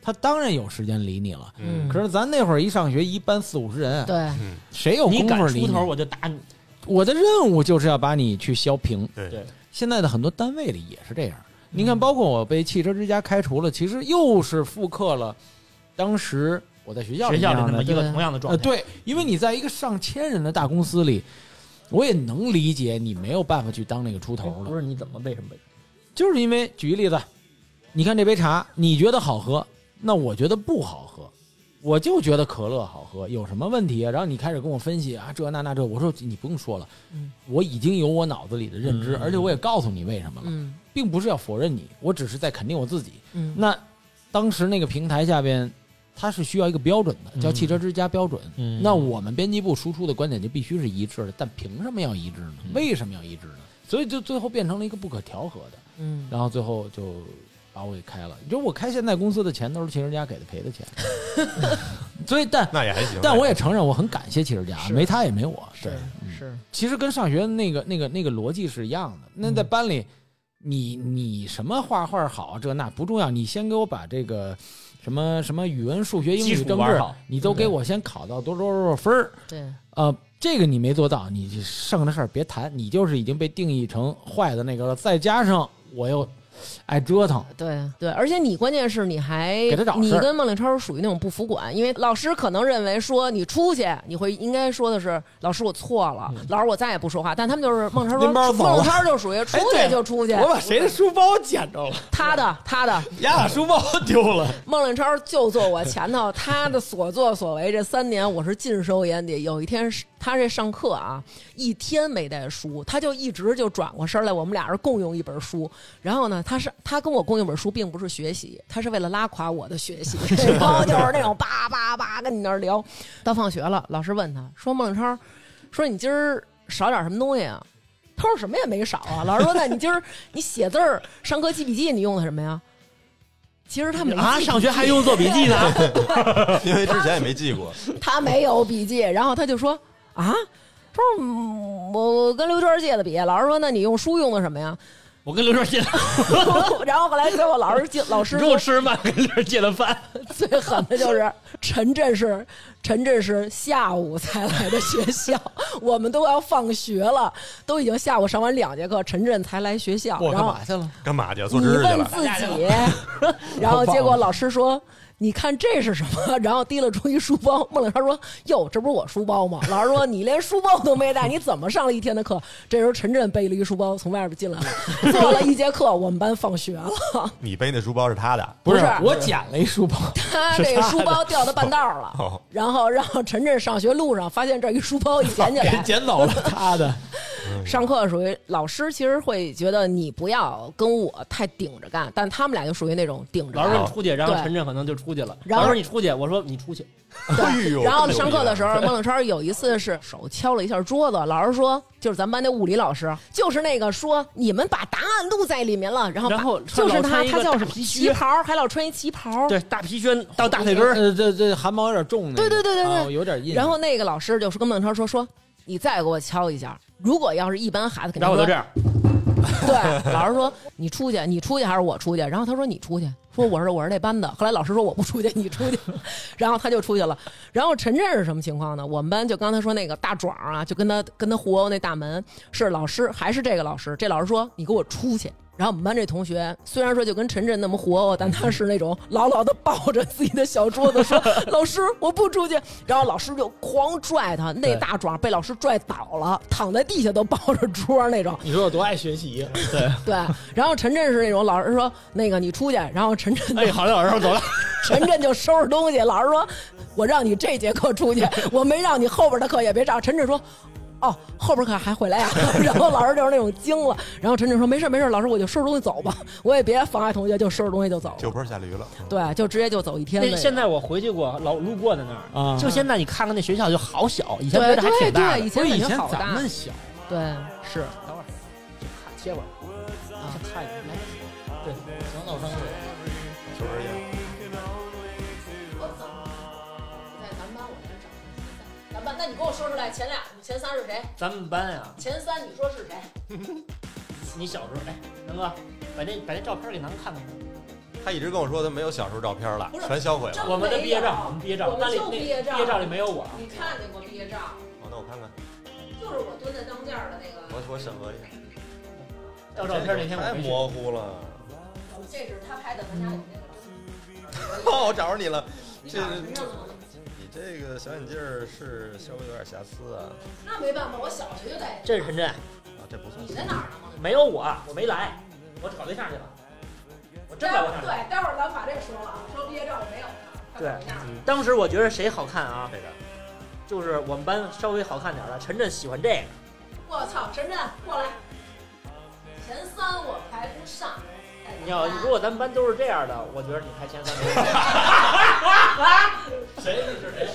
他当然有时间理你了。 嗯， 可是咱那会儿一上学，一班四五十人， 对， 谁有功夫理你？出头我就打你。 我的任务就是要把你去削平。 对对， 现在的很多单位里也是这样。你看，包括我被汽车之家开除了，其实又是复刻了当时我在学校学校里那么一个同样的状态。 呃，对，因为你在一个上千人的大公司里，我也能理解你没有办法去当那个出头了。 不是你怎么为什么？ 就是因为举个例子，你看这杯茶，你觉得好喝，那我觉得不好喝，我就觉得可乐好喝，有什么问题啊？然后你开始跟我分析啊，这那那这，我说你不用说了，嗯，我已经有我脑子里的认知，嗯、而且我也告诉你为什么了，嗯，并不是要否认你，我只是在肯定我自己。嗯，那当时那个平台下边，它是需要一个标准的，叫汽车之家标准。嗯，那我们编辑部输出的观点就必须是一致的，但凭什么要一致呢？嗯、为什么要一致呢？所以就最后变成了一个不可调和的。嗯，然后最后就把我给开了。你说我开现在公司的钱都是汽车家给的赔的钱，所以但那也还行。 但我也承认我很感谢汽车家，没他也没我。 是是， 其实跟上学那个那个那个逻辑是一样的。那在班里，你你什么画画好这那不重要，你先给我把这个什么什么语文、数学、英语、政治，你都给我先考到多少多少分儿。 对， 呃。这个你没做到，你剩的事儿别谈，你就是已经被定义成坏的那个了。再加上我又爱折腾， 对对，而且你关键是你还给他找事儿， 你跟孟令超属于那种不服管，因为老师可能认为说你出去，你会应该说的是老师我错了，嗯、老师我再也不说话。但他们就是孟令超说，孟令超就属于出去就出去。 我把谁的书包捡着了？ 他的他的， 呀，把书包丢了。 孟令超就坐我前头，他的所作所为这三年我是尽收眼底。有一天是。他这上课啊，一天没带书，他就一直就转过身来，我们俩人共用一本书。然后呢，他是他跟我共用一本书，并不是学习，他是为了拉垮我的学习，然后就是那种叭叭叭跟你那儿聊。到放学了，老师问他说：“孟令超，说你今儿少点什么东西啊？”他说：“什么也没少啊。”老师说：“那你今儿你写字儿，上课记笔记，你用的什么呀？”其实他没啊，上学还用做笔记呢， 因为之前也没记过。 他没有笔记，然后他就说。啊，说、嗯、我跟刘娟借的笔，老师说那你用书用的什么呀？ 我跟刘娟借的， 然后后来最后老师借老师肉吃饭跟刘娟借的饭。 最狠的就是陈震是陈震是下午才来的学校，我们都要放学了，都已经下午上完两节课，陈震才来学校。 我干嘛去了？ 干嘛去？做知识去了。 你问自己，然后结果老师说。你看这是什么？然后提了出一书包。孟令超说：“哟，这不是我书包吗？”老师说：“你连书包都没带，你怎么上了一天的课？”这时候陈震背了一书包从外边进来了，坐了一节课，我们班放学了。 你背那书包是他的？ 不是，我捡了一书包， 他这个书包掉到半道了，哦、然后让陈震上学路上发现这一书包一捡起来， 捡走了他的。 上课属于老师，其实会觉得你不要跟我太顶着干，但他们俩就属于那种顶着干。 老师说你出去，然后陈震可能就出去了。然后说你出去，我说你出去。 对，然后上课的时候，孟令超有一次是手敲了一下桌子，老师说就是咱们班那物理老师，就是那个说你们把答案录在里面了，然后然后就是他，他叫什么旗袍，还老穿一旗袍， 对，大皮靴到大腿根儿， 呃，这这汗毛有点重， 对对对对对， 哦、有点硬。 然后那个老师就说跟孟令超说说，你再给我敲一下，如果要是一般孩子，肯定然后我就这样。 对，老师说你出去，你出去还是我出去？然后他说你出去，说我是我是那班的。后来老师说我不出去，你出去，然后他就出去了。然后陈震是什么情况呢？我们班就刚才说那个大壮啊，就跟他跟他互殴那大门，是老师还是这个老师？这老师说你给我出去。然后我们班这同学虽然说就跟陈震那么活哦，但他是那种牢牢的抱着自己的小桌子说老师我不出去，然后老师就狂拽他，那大壮被老师拽倒了，躺在地下都抱着桌那种。 你说我多爱学习？对对。然后陈震是那种老师说那个你出去，然后陈震哎好的老师我走了， 陈震就收拾东西，老师说我让你这节课出去，我没让你后边的课也别上。陈震说哦，后边可还回来呀、啊？然后老师就是那种惊了，然后陈震说没事没事，老师我就收拾东西走吧，我也别妨碍同学，就收拾东西就走了。 就坡下驴了， 对，就直接就走一天。 现在我回去过，老路过在那儿啊。就现在你看看那学校就好小，以前觉得还挺大的， 对对，以前以前好大， 咱们小， 对是。 等会儿，看切会儿啊，看一下，对，行，那我上厕所。 抽根烟。 那你给我说出来，前俩前仨是谁？ 咱们班呀、啊， 前三你说是谁？ 你小时候，哎，南哥，把那把那照片给咱们看看。 他一直跟我说他没有小时候照片了，全销毁了。 我们的毕业照，我们毕业照，班里那毕业照里没有我。 你看见过毕业照？ 哦，那我看看。 就是我蹲在当间的那个。 我我审核一下。 照照片那天太模糊了。 这是他拍的，咱家有那个。 哦，我找着你了。这你这个小眼镜是稍微有点瑕疵啊。 那没办法，我小学就戴。 这是陈震。 啊，这不算。 你在哪儿呢？ 没有我，我没来，我找对象去了。我真找对象。 对，待会儿咱把这说了，说毕业照里没有他。 对，当时我觉得谁好看啊？这个，就是我们班稍微好看点的，陈震喜欢这个。 我操，陈震过来，前三我排不上。 你要如果咱们班都是这样的，我觉得你排前三。谁是谁？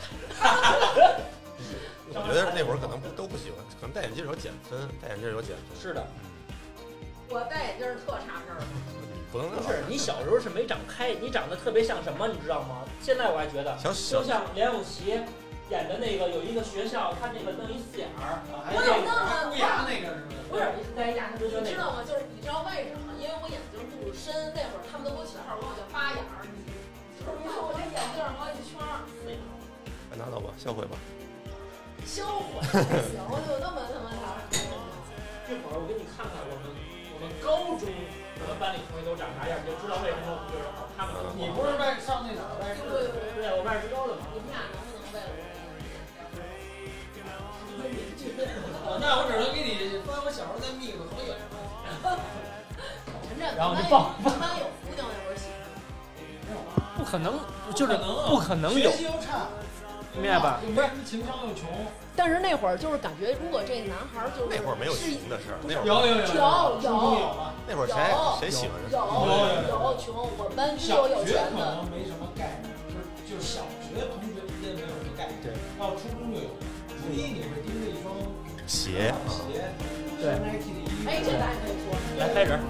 我觉得那会儿可能都不喜欢，可能戴眼镜有减分，戴眼镜有减分。 是的， 我戴眼镜特差事儿。 不能不是你小时候是没长开，你长得特别像什么，你知道吗？现在我还觉得就像梁咏琪演的那个有一个学校，他那个弄一四眼儿， 我有那么不牙那个是不是？ 不是戴牙，你知道吗？就是你知道为什么？因为我眼睛度数深，那会儿他们都给我起号管我叫八眼儿。就是你看我这眼镜好几圈儿。 快拿走吧，销毁吧。 销毁还行，我有那么他妈长。 这会儿我给你看看我们我们高中我们班里同学都长啥样，你就知道为什么我们觉得好。他们你不是外上那哪儿外事？ 对对对，我外事高的嘛。 你们俩能不能为了我？ 那我只能给你翻我小时候在密的好友。 陈震， 然后就报。 咱班有姑娘那会儿喜欢。 不可能，就是不可能有。 学习又差， 明白吧？ 不是情商又穷。 但是那会儿就是感觉，如果这个男孩就是那会儿没有穷的事儿，那会儿有有有有有。 那会儿谁谁喜欢人？ 有有穷，我们班只有有钱的。 小学可能没什么概念，就是就是小学同学之间没有什么概念，对，到初中就有。初一你会盯着一双鞋， 鞋， 对 Nike 的衣服。 哎，这咱也可以说。 来开始。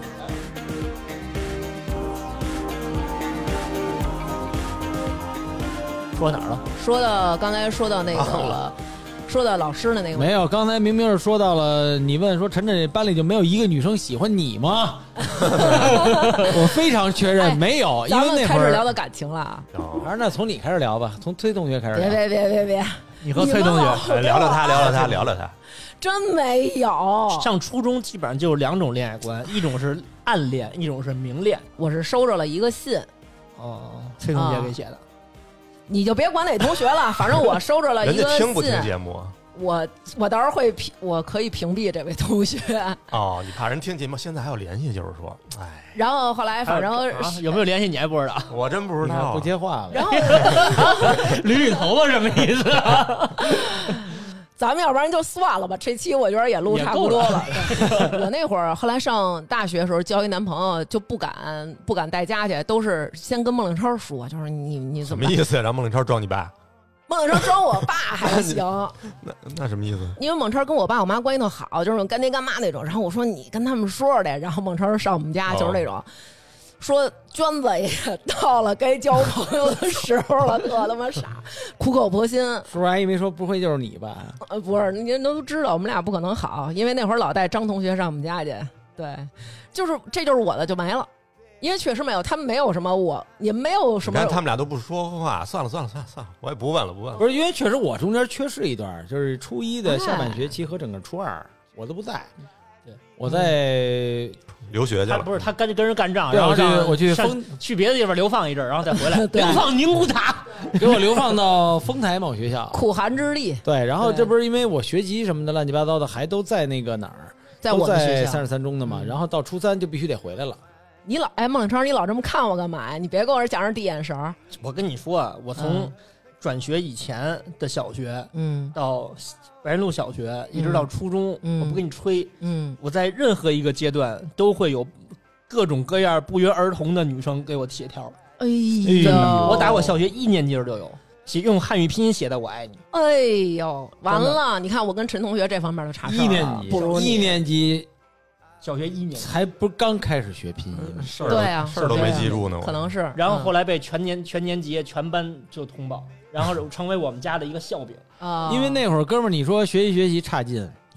说哪儿了？ 说到刚才说到那个，说到老师的那个， 没有，刚才明明是说到了，你问说陈震班里就没有一个女生喜欢你吗？我非常确认没有，因为那会儿开始聊到感情了啊。 还是那从你开始聊吧，从崔同学开始聊。 别别别别别， 你和崔同学聊聊他，聊聊他，聊聊他。 真没有。 上初中基本上就是两种恋爱观，一种是暗恋，一种是明恋。 我是收着了一个信， 哦，崔同学给写的。 你就别管哪同学了，反正我收着了一个信。 人家听不听节目啊？ 我我到时候会屏，我可以屏蔽这位同学。 哦，你怕人听节目？现在还有联系，就是说，哎。 然后后来反正、 啊、有没有联系你还不知道？ 我真不知道， 不接话了。 然后捋捋头发什么意思、啊？ 咱们要不然就算了吧，这期我觉得也录差不多了。了我那会儿后来上大学的时候交一男朋友，就不敢不敢带家去，都是先跟孟令超说，就是你你怎么什么意思呀？让孟令超装你爸？ 孟令超装我爸还行。 那那什么意思？ 因为孟超跟我爸我妈关系特好，就是干爹干妈那种。然后我说你跟他们说说的，然后孟超上我们家就是那种。哦，说娟子也到了该交朋友的时候了，特他妈傻，苦口婆心。 叔叔阿姨没说不会就是你吧？ 呃，不是，您都知道我们俩不可能好，因为那会儿老带张同学上我们家去。对，就是这就是我的就没了，因为确实没有，他们没有什么我也没有什么。 你看他们俩都不说话，算了算了算了算了，我也不问了不问了。 不是因为确实我中间缺失一段，就是初一的下半学期和整个初二我都不在。对，我在。 留学去了， 不是他跟跟人干仗， 然后去我去丰去别的地方流放一阵，然后再回来。流放宁古塔， 给我流放到丰台某学校， 苦寒之地。 对，然后这不是因为我学籍什么的乱七八糟的，还都在那个哪儿， 在我们学校三十三中的嘛。然后到初三就必须得回来了。 你老哎，孟令超，你老这么看我干嘛呀？你别跟我这讲着递眼神。 我跟你说啊，我从转学以前的小学， 嗯， 到白云路小学，一直到初中， 嗯， 我不跟你吹， 嗯， 我在任何一个阶段都会有各种各样不约而同的女生给我写条。 哎呀， 我打我小学一年级时就有写用汉语拼音写的"我爱你"。 哎呦，完了！你看我跟陈同学这方面的差， 一年级不如一年级， 小学一年级还不是刚开始学拼音， 事儿对啊， 事儿都没记住呢， 可能是。 然后后来被全年全年级全班就通报，然后成为我们家的一个笑柄啊。 因为那会儿哥们儿，你说学习学习差劲，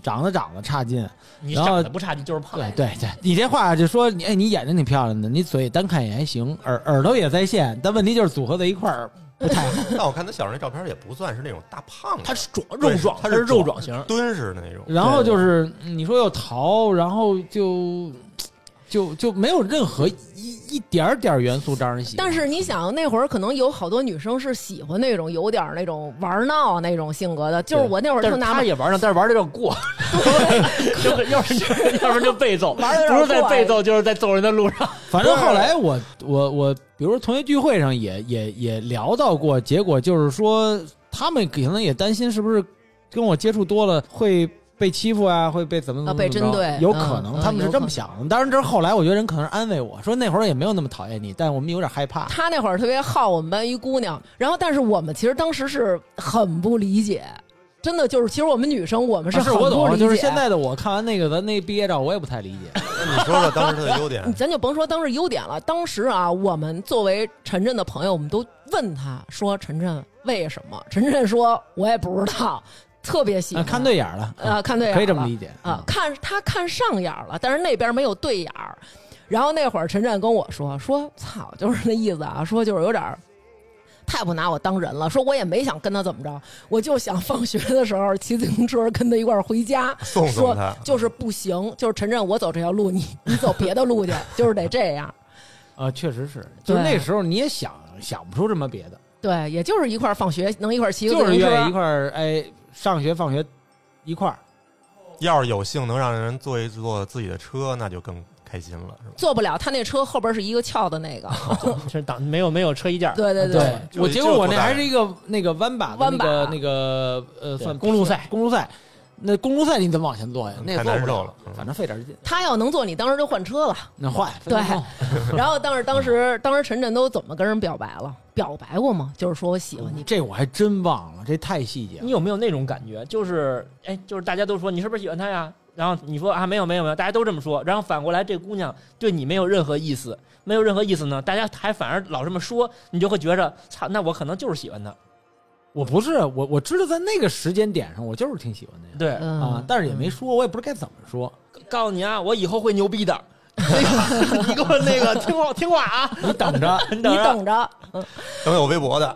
长得长得差劲， 你长得不差劲就是胖。 对对对，你这话就说你哎，你眼睛挺漂亮的，你嘴单看也还行，耳耳朵也在线，但问题就是组合在一块儿不太好。 但我看他小时候那照片也不算是那种大胖子， 他是壮肉壮， 他是肉壮型， 敦实的那种。 然后就是你说又淘，然后就就就没有任何一一点点元素招人喜欢。 但是你想，那会儿可能有好多女生是喜欢那种有点那种玩闹那种性格的，就是我那会儿特纳闷， 他也玩闹，但是玩的有点过，就是要是要不然就被揍， 玩的不是在被揍就是在揍人的路上。 反正后来我我我，比如说同学聚会上也也也聊到过，结果就是说他们可能也担心是不是跟我接触多了会被欺负啊，会被怎么怎么、 啊、被针对， 有可能、 嗯、 他们是这么想的。嗯、当然，这是后来我觉得人可能是安慰我说那会儿也没有那么讨厌你，但我们有点害怕。 他那会儿特别好我们班一姑娘，然后但是我们其实当时是很不理解。真的就是，其实我们女生我们是很不理解、 啊、是我懂，就是现在的我看完那个咱那毕业照，我也不太理解。 你说说当时的优点， 咱就甭说当时优点了。当时啊，我们作为陈震的朋友，我们都问他说：“陈震为什么？”陈震说：“我也不知道。”特别喜欢、 啊、看对眼了啊，看对眼了， 可以这么理解啊。看他看上眼了，但是那边没有对眼儿。然后那会儿陈震跟我说：“说操，就是那意思啊，说就是有点。”太不拿我当人了，说我也没想跟他怎么着，我就想放学的时候骑自行车跟他一块儿回家， 送送他， 说就是不行，就是陈震我走这条路，你你走别的路去，就是得这样。 啊、呃，确实是，就是那时候你也想想不出这么别的， 对，也就是一块儿放学能一块儿骑个自行车， 就是愿意一块儿哎上学放学一块儿。 要是有幸能让人坐一坐自己的车，那就更开心了，是吧？ 坐不了，他那车后边是一个翘的那个， 是挡没有没有车衣架。 对对对，我结果我那还是一个那个弯把的那个那个呃，算公路赛， 公路赛。那公路赛你怎么往前坐呀？那太难受了， 反正费点劲。 他要能坐，你当时就换车了。 那换对，然后当时当时当时陈震都怎么跟人表白了？表白过吗？就是说我喜欢你。 这我还真忘了，这太细节了。 你有没有那种感觉？就是哎，就是大家都说你是不是喜欢他呀？然后你说啊没有没有没有，大家都这么说。然后反过来，这姑娘对你没有任何意思，没有任何意思呢，大家还反而老这么说，你就会觉着操，那我可能就是喜欢他。 我不是我，我知道在那个时间点上，我就是挺喜欢的。 对、 嗯、 啊，但是也没说，我也不知道该怎么说。 告诉你啊，我以后会牛逼的。那个，你给我那个听话听话啊！ 你等着， 你等着， 等有微博的。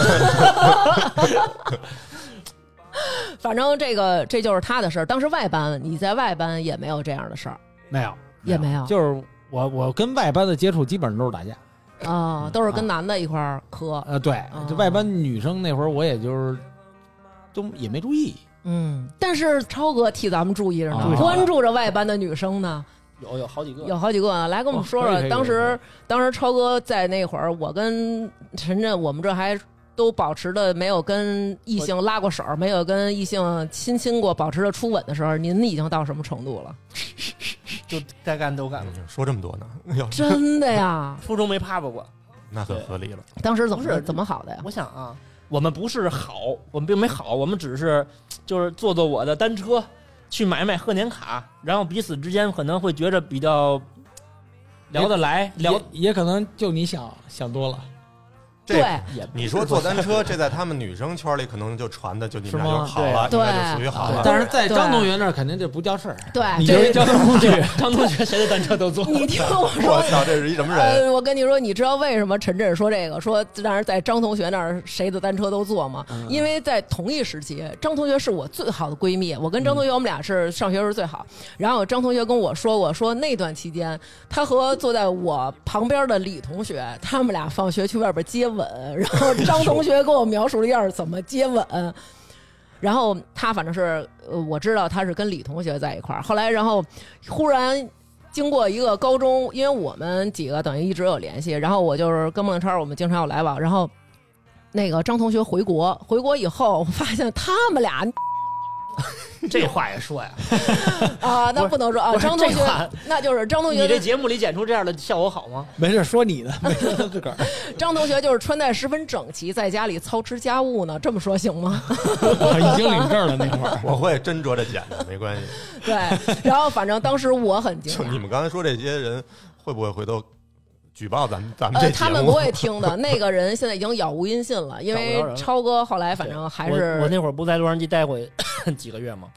反正这个这就是他的事儿。当时外班，你在外班也没有这样的事儿， 没有， 也没有。 就是我我跟外班的接触基本上都是打架。 啊、哦，都是跟男的一块儿磕。 呃，对，就外班女生那会儿，我也就是都也没注意。 嗯，但是超哥替咱们注意着呢，啊、关注着外班的女生呢。 有有好几个， 有好几个呢。来跟我们说说，哦、当时当时超哥在那会儿，我跟陈震，我们这还都保持的没有跟异性拉过手，没有跟异性亲亲过，保持着初吻的时候，您已经到什么程度了？ 就该干都干了， 说这么多呢？ 真的呀， 初中没趴趴过， 那很合理了。 当时怎么是怎么好的呀？ 我想啊，我们不是好，我们并没好，我们只是就是坐坐我的单车，去买买贺年卡，然后彼此之间可能会觉着比较聊得来，聊也, 也可能就你想想多了。 这你说坐单车，这在他们女生圈里可能就传的就你们俩就好了，应该就属于好了。 但是在张同学那儿肯定这不叫事儿。 对， 你这交通工具， 张同学谁的单车都坐。 你听我说， 我操，这是一什么人？ 呃、我跟你说，你知道为什么陈震说这个？说但是在张同学那儿谁的单车都坐吗？嗯、因为在同一时期，张同学是我最好的闺蜜，我跟张同学我们俩是上学时候最好。然后张同学跟我说过，说那段期间，他和坐在我旁边的李同学，他们俩放学去外边接吻，然后。张同学给我描述了一下怎么接吻，然后他反正是我知道他是跟李同学在一块儿，后来然后忽然经过一个高中，因为我们几个等于一直有联系，然后我就是跟孟超我们经常有来往，然后那个张同学回国，回国以后我发现他们俩。 这话也说呀？ 啊，那不能说啊，张同学，那就是张同学。 你这节目里剪出这样的效果好吗？ 没事，说你的，没事自个儿。 张同学就是穿戴十分整齐，在家里操持家务呢，这么说行吗？ 已经领证了那会儿， 我会斟酌着剪的，没关系。 对，然后反正当时我很惊讶。 你们刚才说这些人会不会回头？举报咱们咱们这、呃、 他们不会听的。那个人现在已经杳无音信了，因为超哥后来反正还是我, 我那会儿不在洛杉矶待过几个月吗？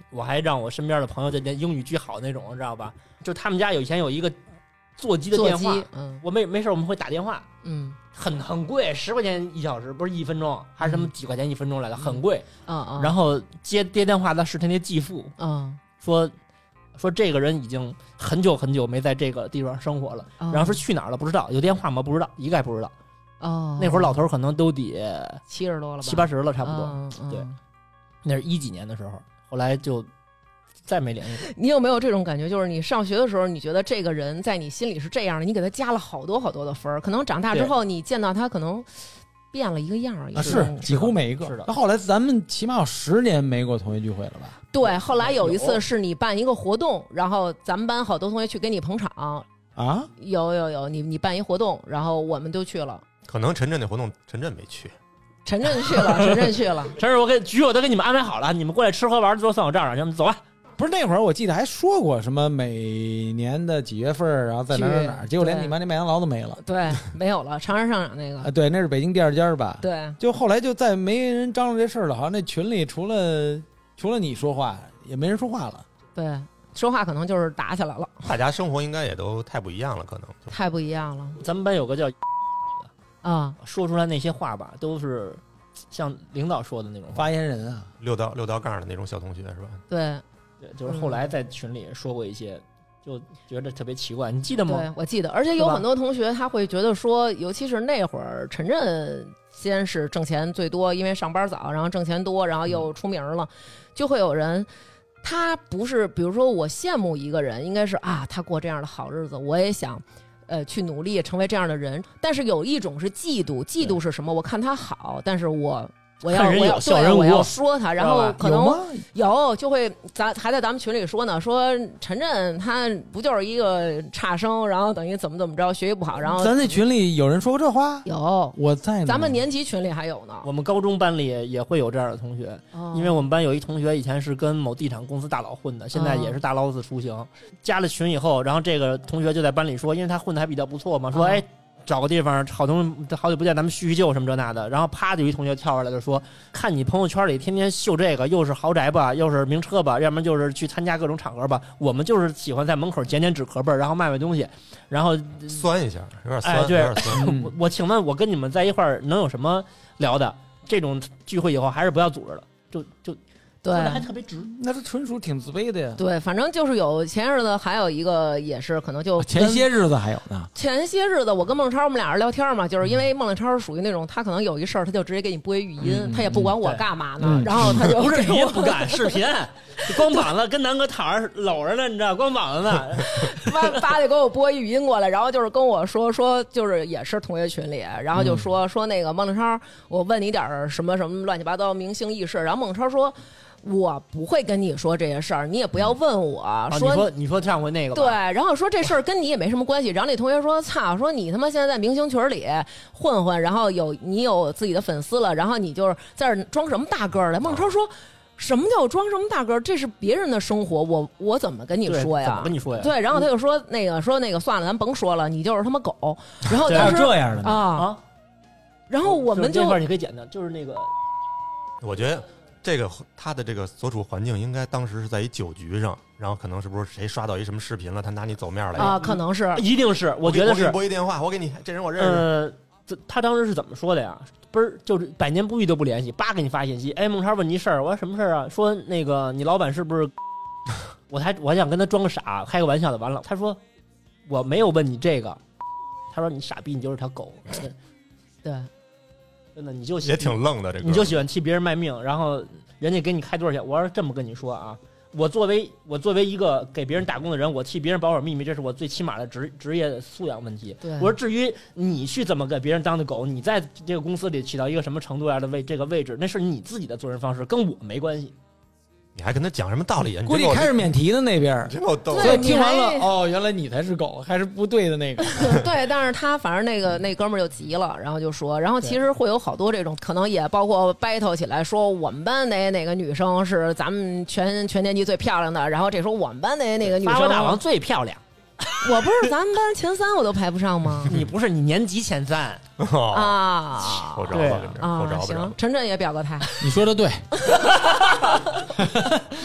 我还让我身边的朋友就连英语巨好那种，知道吧？就他们家有以前有一个座机的电话， 嗯， 我没没事我们会打电话， 嗯， 很很贵，十块钱一小时，不是一分钟，还是什么几块钱一分钟来的，很贵。 嗯嗯。 然后接接电话的是他那继父， 嗯， 说说这个人已经很久很久没在这个地方生活了， 哦、 然后说去哪儿了不知道，有电话吗不知道，一概不知道。 哦， 那会儿老头可能都得七十多了吧， 七八十了差不多。 嗯嗯、 对，那是一几年的时候，后来就再没联系过。 你有没有这种感觉？就是你上学的时候，你觉得这个人在你心里是这样的，你给他加了好多好多的分儿，可能长大之后你见到他，可能变了一个样儿。 啊，是几乎每一个。 是的。 那后来咱们起码有十年没过同学聚会了吧？ 对，后来有一次是你办一个活动，然后咱们班好多同学去给你捧场。 啊， 有有有，你你办一活动，然后我们都去了。 可能陈震那活动，陈震没去。 陈震去了，陈震去了。 陈震，我给局我都给你们安排好了，你们过来吃喝玩都算我账上，你们走吧。 不是那会儿我记得还说过什么每年的几月份，然后在哪儿哪儿，结果连你妈那麦当劳都没了。 对，没有了，长安商场那个。 啊，对，那是北京第二家吧？ 对， 就后来就再没人张罗这事儿了，好像那群里除了除了你说话，也没人说话了。 对。说话可能就是打起来了， 大家生活应该也都太不一样了，可能太不一样了。 咱们班有个叫啊， 说出来那些话吧，都是像领导说的那种发言人啊， 六道六道杠的那种小同学是吧？ 对， 对，就是后来在群里说过一些，嗯、就觉得特别奇怪，你记得吗？ 对，我记得，而且有很多同学他会觉得说，尤其是那会儿陈震先是挣钱最多，因为上班早，然后挣钱多，然后又出名了，嗯、就会有人。他不是，比如说我羡慕一个人，应该是啊，他过这样的好日子，我也想，呃，去努力成为这样的人。但是有一种是嫉妒，嫉妒是什么？我看他好，但是我我要我要对我要说他，然后可能 有, 有就会咱还在咱们群里说呢，说陈震他不就是一个差生，然后等于怎么怎么着学习不好，然后咱那群里有人说过这话， 有我在咱们年级群里还有呢， 我们高中班里也会有这样的同学，哦、因为我们班有一同学以前是跟某地产公司大佬混的，现在也是大老子出行，哦、加了群以后，然后这个同学就在班里说，因为他混的还比较不错嘛，说、哦、哎。找个地方，好东好久不见，咱们叙叙旧什么这那的。然后啪，就有一同学跳出来就说：“看你朋友圈里天天秀这个，又是豪宅吧，又是名车吧，要不然就是去参加各种场合吧。我们就是喜欢在门口捡捡纸壳儿，然后卖卖东西，然后酸一下，有点酸。 哎，对， 有点酸我我请问，我跟你们在一块儿能有什么聊的？这种聚会以后还是不要组织了，就就。” 对， 还特别直， 那这纯属挺自卑的呀。 对，反正就是有前些日子还有一个也是可能就前些日子还有呢。 前些日子我跟孟超我们俩人聊天嘛，就是因为孟超属于那种他可能有一事儿他就直接给你播一语音， 嗯、 他也不管我干嘛呢， 嗯、 然后他就不是语音不干视频，光膀子跟南哥躺着搂着呢，你知道，光膀子呢， 叭叭就给我播一语音过来，然后就是跟我说说就是也是同学群里，然后就说、嗯、说那个孟超，我问你点什么什么乱七八糟明星轶事，然后孟超说。我不会跟你说这些事儿，你也不要问我、 啊、 说、 你说你说上回那个吧对，然后说这事儿跟你也没什么关系。然后那同学说：“操，说你他妈现在在明星群里混混，然后有你有自己的粉丝了，然后你就是在这装什么大个儿来？”孟超说：“什么叫装什么大个儿？这是别人的生活，我我怎么跟你说呀？ 怎么跟你说呀？” 对，然后他就说那个说那个算了，咱甭说了，你就是他妈狗。然后当时这样的啊啊，然后我们就这块你可以剪掉，就是那个， 我觉得。这个他的这个所处环境应该当时是在一酒局上，然后可能是不是谁刷到一什么视频了，他拿你走面来啊？可能是， 一定是，我觉得是。 我给你拨一电话，我给你这人我认识。 呃，这他当时是怎么说的呀？不是，就是百年不遇都不联系，叭给你发信息。哎，孟超问你事儿，我说什么事儿啊？说那个你老板是不是？我还我还想跟他装个傻，开个玩笑的。完了，他说我没有问你这个，他说你傻逼，你就是条狗。 对。 真的，你就也挺愣的，这个你就喜欢替别人卖命，然后人家给你开多少钱？我要是这么跟你说啊，我作为我作为一个给别人打工的人，我替别人保守秘密，这是我最起码的职职业素养问题。我说至于你去怎么给别人当的狗，你在这个公司里起到一个什么程度样的位这个位置，那是你自己的做人方式，跟我没关系。 你还跟他讲什么道理啊？ 估计开始免提的那边， 所以听完了哦，原来你才是狗，还是不对的那个。 对，但是他反正那个那哥们儿就急了，然后就说，然后其实会有好多这种，可能也包括 battle 起来说我们班哪哪个女生是咱们全全年级最漂亮的，然后这时候我们班哪哪个女生发大王最漂亮。 我不是咱们班前三，我都排不上吗？ 你不是你年级前三啊？ 够着吧？啊， 行，陈震也表个态。 你说的对。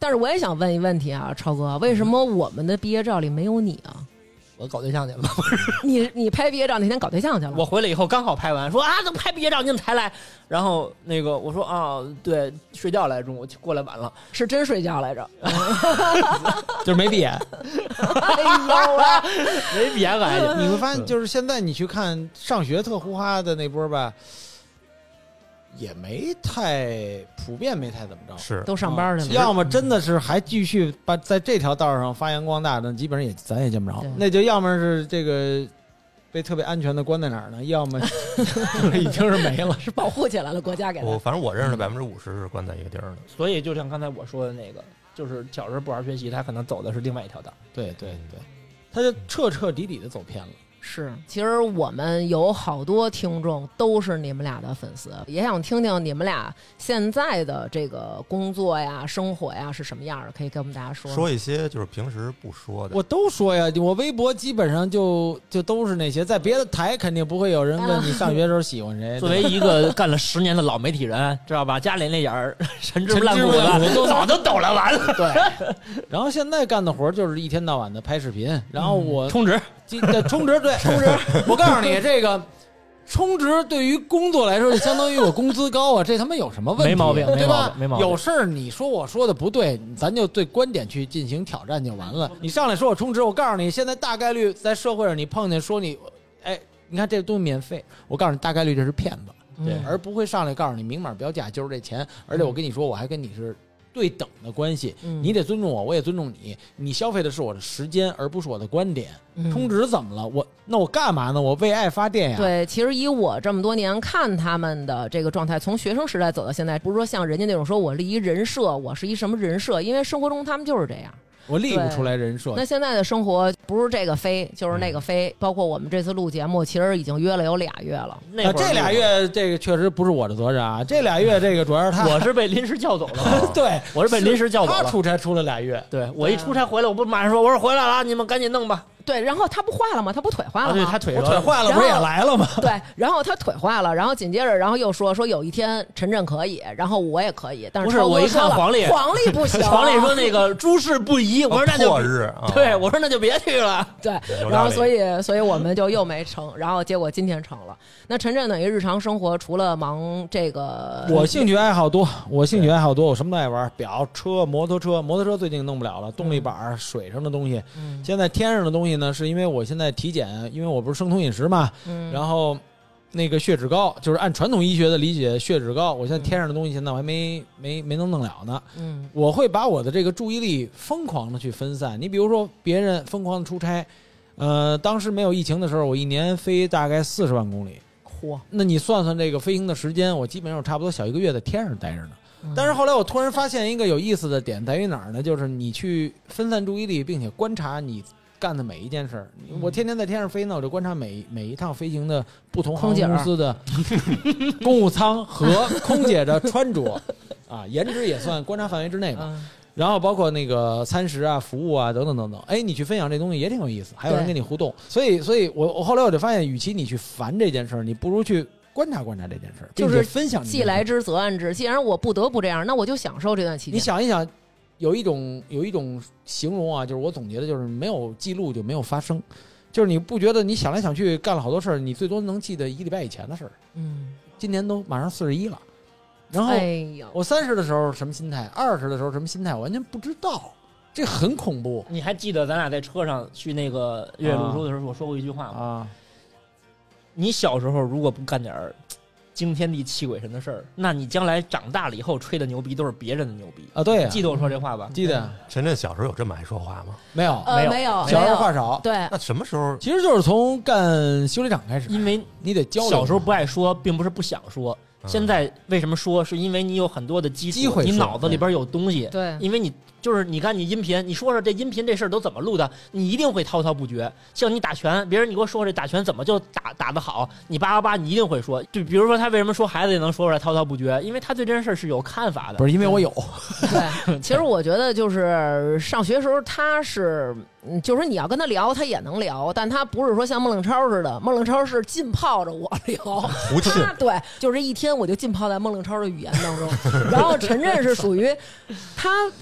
但是我也想问一问题啊，超哥，为什么我们的毕业照里没有你啊？ 我搞对象去了， 你你拍毕业照那天搞对象去了？ 我回来以后刚好拍完，说啊，怎么拍毕业照你怎么才来？然后那个我说啊，对，睡觉来，中午过来晚了， 是真睡觉来着， 就是没毕业。 哎呦喂， 没毕业来着。 你会发现，就是现在你去看上学特呼哈的那波吧，也没太普遍，没太怎么着， 是都上班去了。 要么真的是还继续把在这条道上发扬光大的，基本上也咱也见不着。那就要么是这个被特别安全的关在哪儿呢？要么已经是没了， 是保护起来了，国家给他。 我反正我认识的百分之五十是关在一个地儿的。 所以就像刚才我说的那个，就是小时候不好好学习，他可能走的是另外一条道。 对对对，他就彻彻底底的走偏了。 是，其实我们有好多听众都是你们俩的粉丝，也想听听你们俩现在的这个工作呀、生活呀是什么样的，可以跟我们大家说说一些就是平时不说的。 我都说呀，我微博基本上就就都是那些，在别的台肯定不会有人问你上学时候喜欢谁。 作为一个干了十年的老媒体人，知道吧？家里那点儿陈芝烂谷子都早就抖了完了。 对，然后现在干的活就是一天到晚的拍视频，然后我、 嗯、充值。 充值对充值，我告诉你，这个充值对于工作来说就相当于我工资高啊，这他妈有什么问题？ 没毛病， 对吧？ 没毛病。 有事儿你说我说的不对，咱就对观点去进行挑战就完了。你上来说我充值，我告诉你，现在大概率在社会上你碰见说你，哎，你看这东西免费，我告诉你大概率这是骗子，对，而不会上来告诉你明码标价就是这钱，而且我跟你说我还跟你是对等的关系，你得尊重我，我也尊重你。你消费的是我的时间，而不是我的观点。充值怎么了？我那我干嘛呢？我为爱发电呀。 对，其实以我这么多年看他们的这个状态，从学生时代走到现在，不是说像人家那种说我立一人设，我是一什么人设，因为生活中他们就是这样。 我立不出来人设。 那现在的生活不是这个飞就是那个飞、嗯、包括我们这次录节目其实已经约了有俩月了。 那、啊、这俩月这个确实不是我的责任啊，这俩月这个主要是他我是被临时叫走了对， 我是被临时叫走了。 他出差出了俩月， 对，我一出差回来我不马上说我说回来了，你们赶紧弄吧。 对，然后他不坏了吗？他不腿坏了吗？啊、 对，他腿我腿坏了，不是也来了吗？ 对，然后他腿坏了，然后紧接着，然后又说说有一天陈震可以，然后我也可以，但是不是我一看黄历， 黄历不行， 黄历说那个诸事不宜，我说那就破日，啊、 对我说那就别去了。 对，然后所以所以我们就又没成，然后结果今天成了。那陈震等于日常生活除了忙这个， 我兴趣爱好多，我兴趣爱好多，我什么都爱玩，表、车、摩托车，摩托车最近弄不了了，动力板、嗯、水上的东西，嗯、现在天上的东西呢，是因为我现在体检，因为我不是生酮饮食嘛，嗯、然后那个血脂高，就是按传统医学的理解，血脂高，我现在天上的东西现在我还没没没能弄了呢。嗯，我会把我的这个注意力疯狂的去分散。你比如说，别人疯狂的出差，呃，当时没有疫情的时候，我一年飞大概四十万公里。嚯，那你算算这个飞行的时间，我基本上差不多小一个月在天上待着呢。嗯、但是后来我突然发现一个有意思的点在于哪儿呢？就是你去分散注意力，并且观察你干的每一件事儿。我天天在天上飞呢，我就观察每每一趟飞行的不同航空公司的公务舱和空姐的穿着啊，颜值也算观察范围之内吧。嗯，然后包括那个餐食啊、服务啊等等等等，哎，你去分享这东西也挺有意思，还有人跟你互动。所以，所以我我后来我就发现，与其你去烦这件事儿，你不如去观察观察这件事儿， 就是分享。 既来之则安之，既然我不得不这样，那我就享受这段期间。 你想一想，有一种有一种形容啊，就是我总结的就是没有记录就没有发生，就是你不觉得你想来想去干了好多事儿，你最多能记得一礼拜以前的事儿。嗯，今年都马上四十一了。然后我三十的时候什么心态，二十的时候什么心态，我完全不知道，这很恐怖。 你还记得咱俩在车上去那个月月录书的时候，我说过一句话吗？啊，你小时候如果不干点惊天地泣鬼神的事儿，那你将来长大了以后吹的牛逼都是别人的牛逼啊！对啊， 记得我说这话吧？ 记得。 陈震小时候有这么爱说话吗？ 没有， 呃、没有， 小时候话少。 对， 那什么时候？ 其实就是从干修理厂开始， 因为你得教。 小时候不爱说，并不是不想说。现在为什么说？是因为你有很多的基础， 机会， 你脑子里边有东西。 对， 因为你就是你看你音频，你说说这音频这事儿都怎么录的，你一定会滔滔不绝。像你打拳，别人你给我说这打拳怎么就打打得好，你叭叭叭，你一定会说。就比如说他为什么说孩子也能说出来滔滔不绝，因为他对这件事是有看法的。 不是因为我有。 对，其实我觉得就是上学时候他是。嗯，就是你要跟他聊，他也能聊，但他不是说像孟冷超似的，孟冷超是浸泡着我聊，他对，就是一天我就浸泡在孟冷超的语言当中。然后陈震是属于他，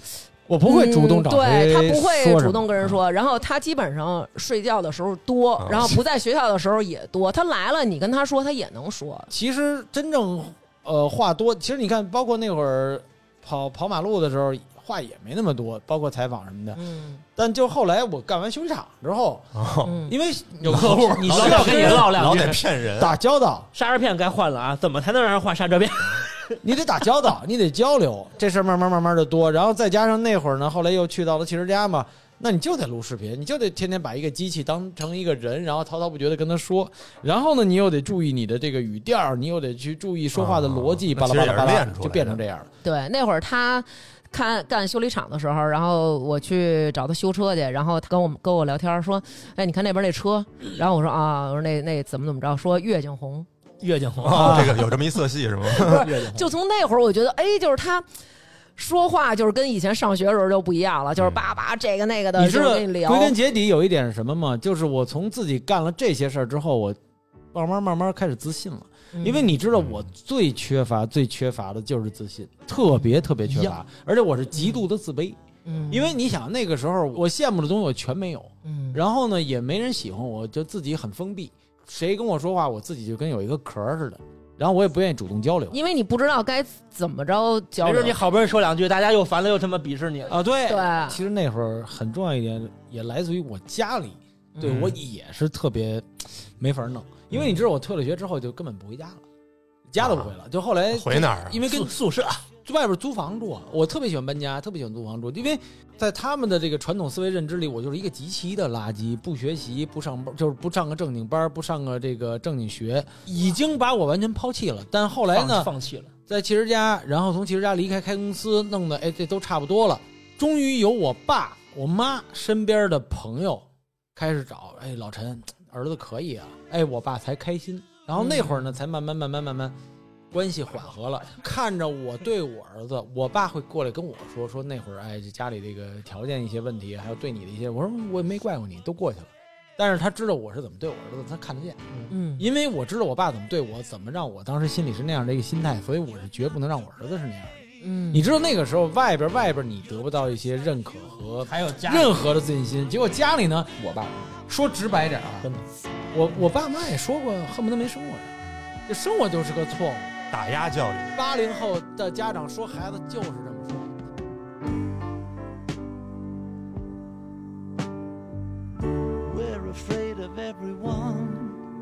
我不会主动找谁、 嗯、对他不会主动跟人说，然后他基本上睡觉的时候多，然后不在学校的时候也多。他来了，你跟他说，他也能说。 其实真正呃话多，其实你看，包括那会儿跑跑马路的时候，话也没那么多，包括采访什么的。嗯。但就后来我干完修理厂之后， 哦、 因为有客户， 你老得跟人唠两句， 老得骗人， 打交道。 刹车片该换了啊，怎么才能让人换刹车片？ 你得打交道，你得交流，这事儿慢慢慢慢的多，然后再加上那会儿呢，后来又去到了汽车家嘛，那你就得录视频，你就得天天把一个机器当成一个人，然后滔滔不绝的跟他说，然后呢，你又得注意你的这个语调，你又得去注意说话的逻辑，巴拉巴拉巴拉，就变成这样了。 对，那会儿他看干修理厂的时候，然后我去找他修车去，然后他跟我跟我聊天说，哎，你看那边那车，然后我说啊，我说那那怎么怎么着，说月景红。 月景红哦，这个有这么一色系是吗？ 就从那会儿我觉得，哎，就是他说话就是跟以前上学的时候就不一样了，就是叭叭这个那个的， 你知道跟你聊。 归根结底有一点是什么吗？就是我从自己干了这些事儿之后，我慢慢慢慢开始自信了。嗯、因为你知道，我最缺乏、最缺乏的就是自信，特别特别缺乏，而且我是极度的自卑。嗯，因为你想那个时候，我羡慕的东西我全没有，嗯，然后呢，也没人喜欢我，就自己很封闭。谁跟我说话，我自己就跟有一个壳似的，然后我也不愿意主动交流， 因为你不知道该怎么着交流。 没准你好不容易说两句，大家又烦了，又他妈鄙视你啊！对对， 其实那会儿很重要一点，也来自于我家里，对、嗯、我也是特别没法弄，因为你知道我退了学之后就根本不回家了，家都不回了，就后来回哪儿啊？ 因为跟宿舍。 外边租房住，我特别喜欢搬家，特别喜欢租房住，因为在他们的这个传统思维认知里，我就是一个极其的垃圾，不学习，不上班，就是不上个正经班，不上个这个正经学，已经把我完全抛弃了。但后来呢， 放弃了， 在汽车家，然后从汽车家离开开公司，弄得哎这都差不多了。终于有我爸、我妈身边的朋友开始找，哎，老陈儿子可以啊，哎，我爸才开心。然后那会儿呢，才慢慢慢慢慢慢。关系缓和了，看着我对我儿子，我爸会过来跟我说说那会儿，哎，家里这个条件一些问题，还有对你的一些，我说我也没怪过你，都过去了。但是他知道我是怎么对我儿子，他看得见，嗯，因为我知道我爸怎么对我，怎么让我当时心里是那样的一个心态，所以我是绝不能让我儿子是那样的。嗯，你知道那个时候外边外边你得不到一些认可和还有家任何的自信心，结果家里呢， 我爸说直白点啊， 真的， 我我爸妈也说过，恨不得没生我呀，这生我就是个错误。 打压教育， 八零后的家长说孩子就是这么说。We're afraid of everyone,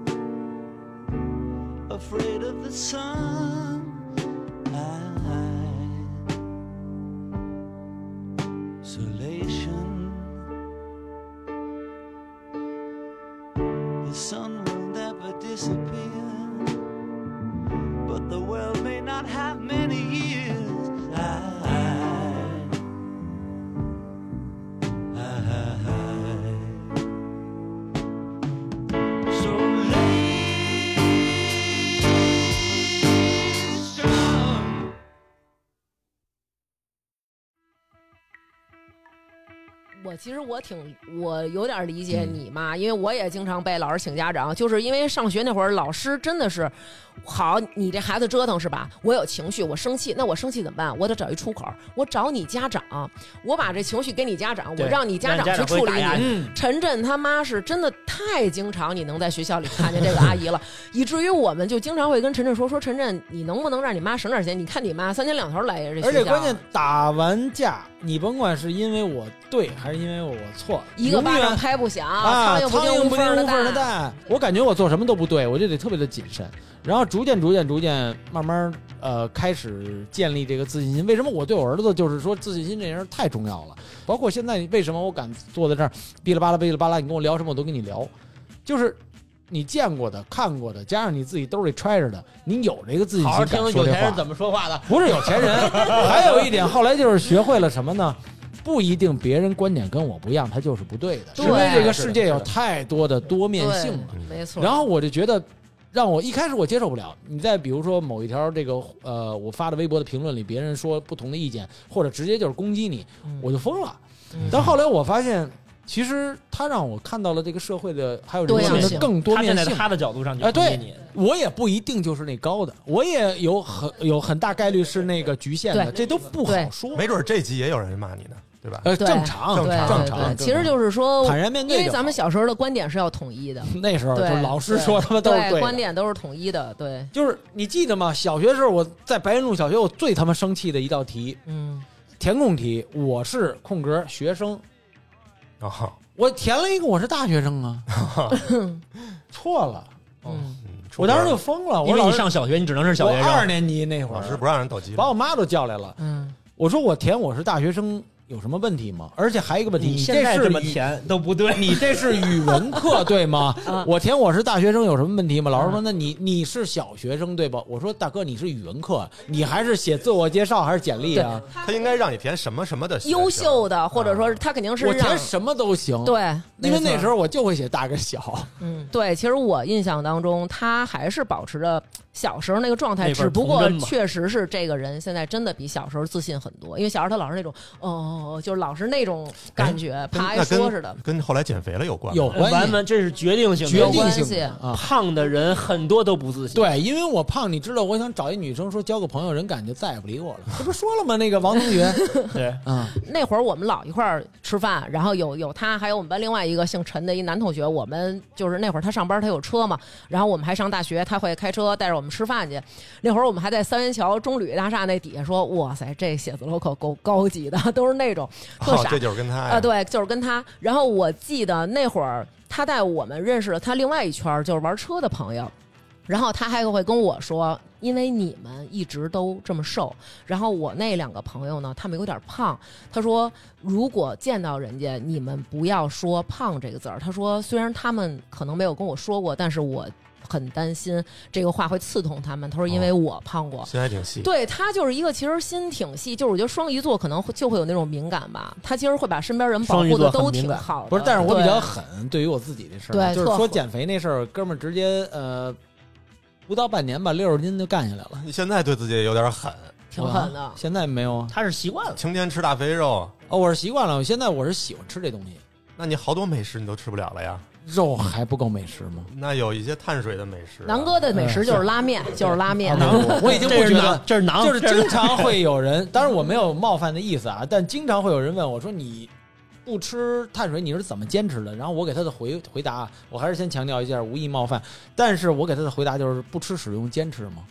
afraid of the sun. Isolation. The sun will never disappear.But the world may not have many years. I, I, I, so lay strong. 我其实我挺我有点理解你嘛，因为我也经常被老师请家长，就是因为上学那会儿老师真的是。好，你这孩子折腾是吧？我有情绪，我生气，那我生气怎么办？我得找一出口，我找你家长，我把这情绪给你家长，我让你家长去处理你。嗯、晨晨他妈是真的太经常，你能在学校里看见这个阿姨了，以至于我们就经常会跟晨晨说说，晨晨，你能不能让你妈省点钱？你看你妈三天两头来呀，这学校。 而且关键打完架，你甭管是因为我对还是因为我错， 一个巴掌拍不响， 啊、 苍蝇不叮无缝的蛋。蛋我感觉我做什么都不对，我就得特别的谨慎。然后逐渐逐渐逐渐慢慢呃开始建立这个自信心。为什么我对我儿子就是说自信心这件事太重要了？包括现在为什么我敢坐在这儿哔哩吧啦哔哩吧啦，你跟我聊什么我都跟你聊，就是你见过的看过的，加上你自己兜里揣着的，你有这个自信心。 好好听有钱人怎么说话的， 不是有钱人。还有一点，后来就是学会了什么呢？不一定别人观点跟我不一样，他就是不对的。 对， 因为这个世界有太多的多面性了， 没错。 然后我就觉得。让我一开始我接受不了，你在比如说某一条这个呃我发的微博的评论里，别人说不同的意见，或者直接就是攻击你，嗯、我就疯了。嗯、但后来我发现，其实他让我看到了这个社会的还有人性的更多面性。 他站在他的角度上去攻击你，我也不一定就是那高的，我也有很有很大概率是那个局限的，这都不好说。 没准这集也有人骂你呢。 对吧？ 呃，正常， 正常， 正常。 其实就是说， 坦然面对。 因为咱们小时候的观点是要统一的， 那时候就老师说他们都是对的， 观点都是统一的。对， 就是你记得吗？小学时候我在白云路小学，我最他妈生气的一道题，嗯，填空题，我是空格学生， 啊， 我填了一个我是大学生啊，错了， 嗯。 我当时就疯了， 因为你上小学，你只能是小学生。 我二年级那会儿， 老师不让人斗鸡， 把我妈都叫来了。嗯，我说我填我是大学生有什么问题吗？而且还有一个问题， 你现在这么填都不对， 你这是语文课对吗？我填我是大学生有什么问题吗？老师说，那你你是小学生对吧？我说大哥，你是语文课，你还是写自我介绍还是简历啊？ 他应该让你填什么什么的优秀的，或者说他肯定是我填什么都行。 对， 因为那时候我就会写大跟小。 嗯，对，其实我印象当中，他还是保持着小时候那个状态，只不过确实是这个人现在真的比小时候自信很多。因为小时候他老是那种哦，就是老是那种感觉，怕挨说似的。 跟后来减肥了有关， 有关系， 完完这是决定性的， 决定性的。 啊， 胖的人很多都不自信。 对，因为我胖，你知道，我想找一女生说交个朋友，人感觉再也不理我了。这不说了吗？那个王同学， 对， 嗯， 那会儿我们老一块儿吃饭，然后有有他，还有我们班另外一个姓陈的一男同学，我们就是那会儿他上班他有车嘛，然后我们还上大学，他会开车带着我们吃饭去。那会儿我们还在三元桥中旅大厦那底下说，哇塞，这写字楼可够高级的，都是那种特傻。 哦，这就是跟他呀啊，对，就是跟他。然后我记得那会儿他带我们认识了他另外一圈就是玩车的朋友，然后他还会跟我说，因为你们一直都这么瘦，然后我那两个朋友呢，他们有点胖。他说，如果见到人家，你们不要说胖这个字儿。他说，虽然他们可能没有跟我说过，但是我很担心这个话会刺痛他们。他说因为我胖过， 心还挺细。 对，他就是一个其实心挺细，就是我觉得双鱼座可能就会有那种敏感吧，他其实会把身边人保护的都挺好的。 不是，但是我比较狠，对于我自己这事儿， 对， 就是说减肥那事儿，哥们儿直接呃不到半年吧，六十斤就干下来了。 你现在对自己也有点狠， 挺狠的。 现在没有啊， 他是习惯了， 成天吃大肥肉。 哦，我是习惯了，我现在我是喜欢吃这东西。 那你好多美食你都吃不了了呀？ 肉还不够美食吗？ 那有一些碳水的美食、啊。 南哥的美食就是拉面，嗯、就是拉面。 我我已经不觉得这是馕， 就是经常会有人，当然我没有冒犯的意思啊，但经常会有人问我说你不吃碳水你是怎么坚持的？然后我给他的回回答，我还是先强调一下，无意冒犯，但是我给他的回答就是不吃使用坚持吗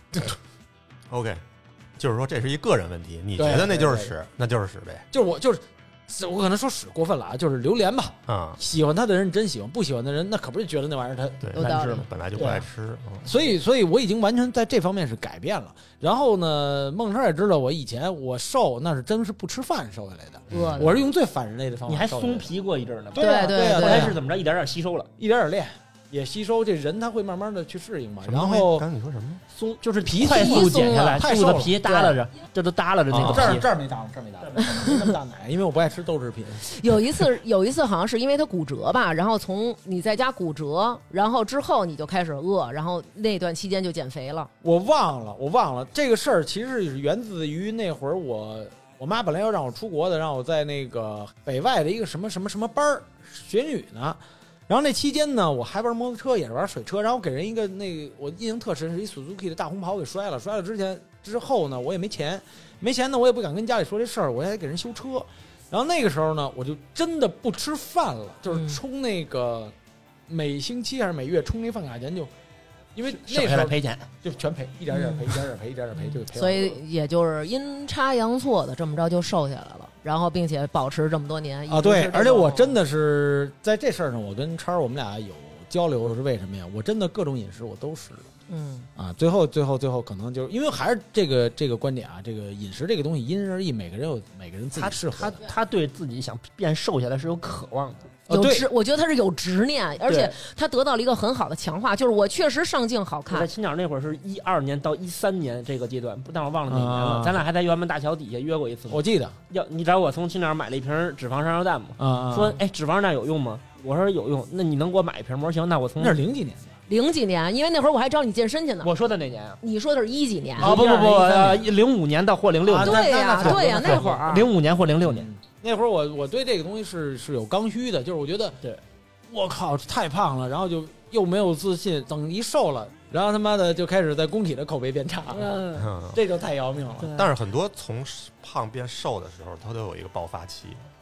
？OK， 就是说这是一个人问题，你觉得那就是屎，那就是屎呗。 就是我就是。我可能说屎过分了啊，就是榴莲吧， 啊、嗯， 喜欢他的人真喜欢，不喜欢的人那可不是觉得那玩意儿他对难吃吗？ 本来就不爱吃，嗯、 所以所以我已经完全在这方面是改变了。然后呢，孟超也知道我以前我瘦那是真是不吃饭瘦下来的， 嗯、 我是用最反人类的方法。 你还松皮过一阵呢？ 对对对， 后来是怎么着？一点点吸收了， 一点点练。也吸收，这人他会慢慢的去适应嘛。然后刚才你说什么？ 松就是皮快速减下来，肚子皮耷拉着，这都耷拉着那个皮。 这儿这儿没耷拉，这儿没耷拉，没那么大奶，因为我不爱吃豆制品。 有一次，有一次好像是因为他骨折吧，然后从你在家骨折，然后之后你就开始饿，然后那段期间就减肥了。 我忘了，我忘了这个事儿，其实是源自于那会儿我我妈本来要让我出国的，让我在那个北外的一个什么什么什么班儿学英语呢。然后那期间呢，我还玩摩托车，也是玩水车。然后我给人一个那个，我印象特深，是一 Suzuki 的大红袍给摔了。摔了之前之后呢，我也没钱，没钱呢，我也不敢跟家里说这事儿，我还给人修车。然后那个时候呢，我就真的不吃饭了，就是充那个每星期还是每月充那饭卡钱就。因为那时候赔钱， 就全赔，一点点赔，一点点赔，一点点赔，就赔。 所以也就是阴差阳错的这么着就瘦下来了，然后并且保持这么多年啊。对，而且我真的是在这事儿上，我跟超儿我们俩有交流，是为什么呀？我真的各种饮食我都试了， 嗯啊，最后最后最后可能就是因为还是这个这个观点啊，这个饮食这个东西因人而异，每个人有每个人自己适合他他他对自己想变瘦下来是有渴望的。 有执，我觉得他是有执念，而且他得到了一个很好的强化，就是我确实上镜好看。 我在青鸟那会儿是一二年到一三年这个阶段，但我忘了哪年了。啊、咱俩还在辕门大桥底下约过一次， 我记得。 要你找我从青鸟买了一瓶脂肪燃烧弹嘛？ 啊、 说哎，脂肪弹有用吗？我说有用，那你能给我买一瓶吗？行，那我从那是零几年的。 零几年，因为那会儿我还找你健身去呢。 我说的哪年啊？ 你说的是一几年啊？不不不，呃，零五年到或零六年。 对呀，对呀，那会儿零五年或零六年， 那会儿我我对这个东西是是有刚需的，就是我觉得对。 我靠，太胖了，然后就又没有自信，等一瘦了，然后他妈的就开始在工体的口碑变差了，嗯、这就太要命了。 但是很多从胖变瘦的时候，他都有一个爆发期。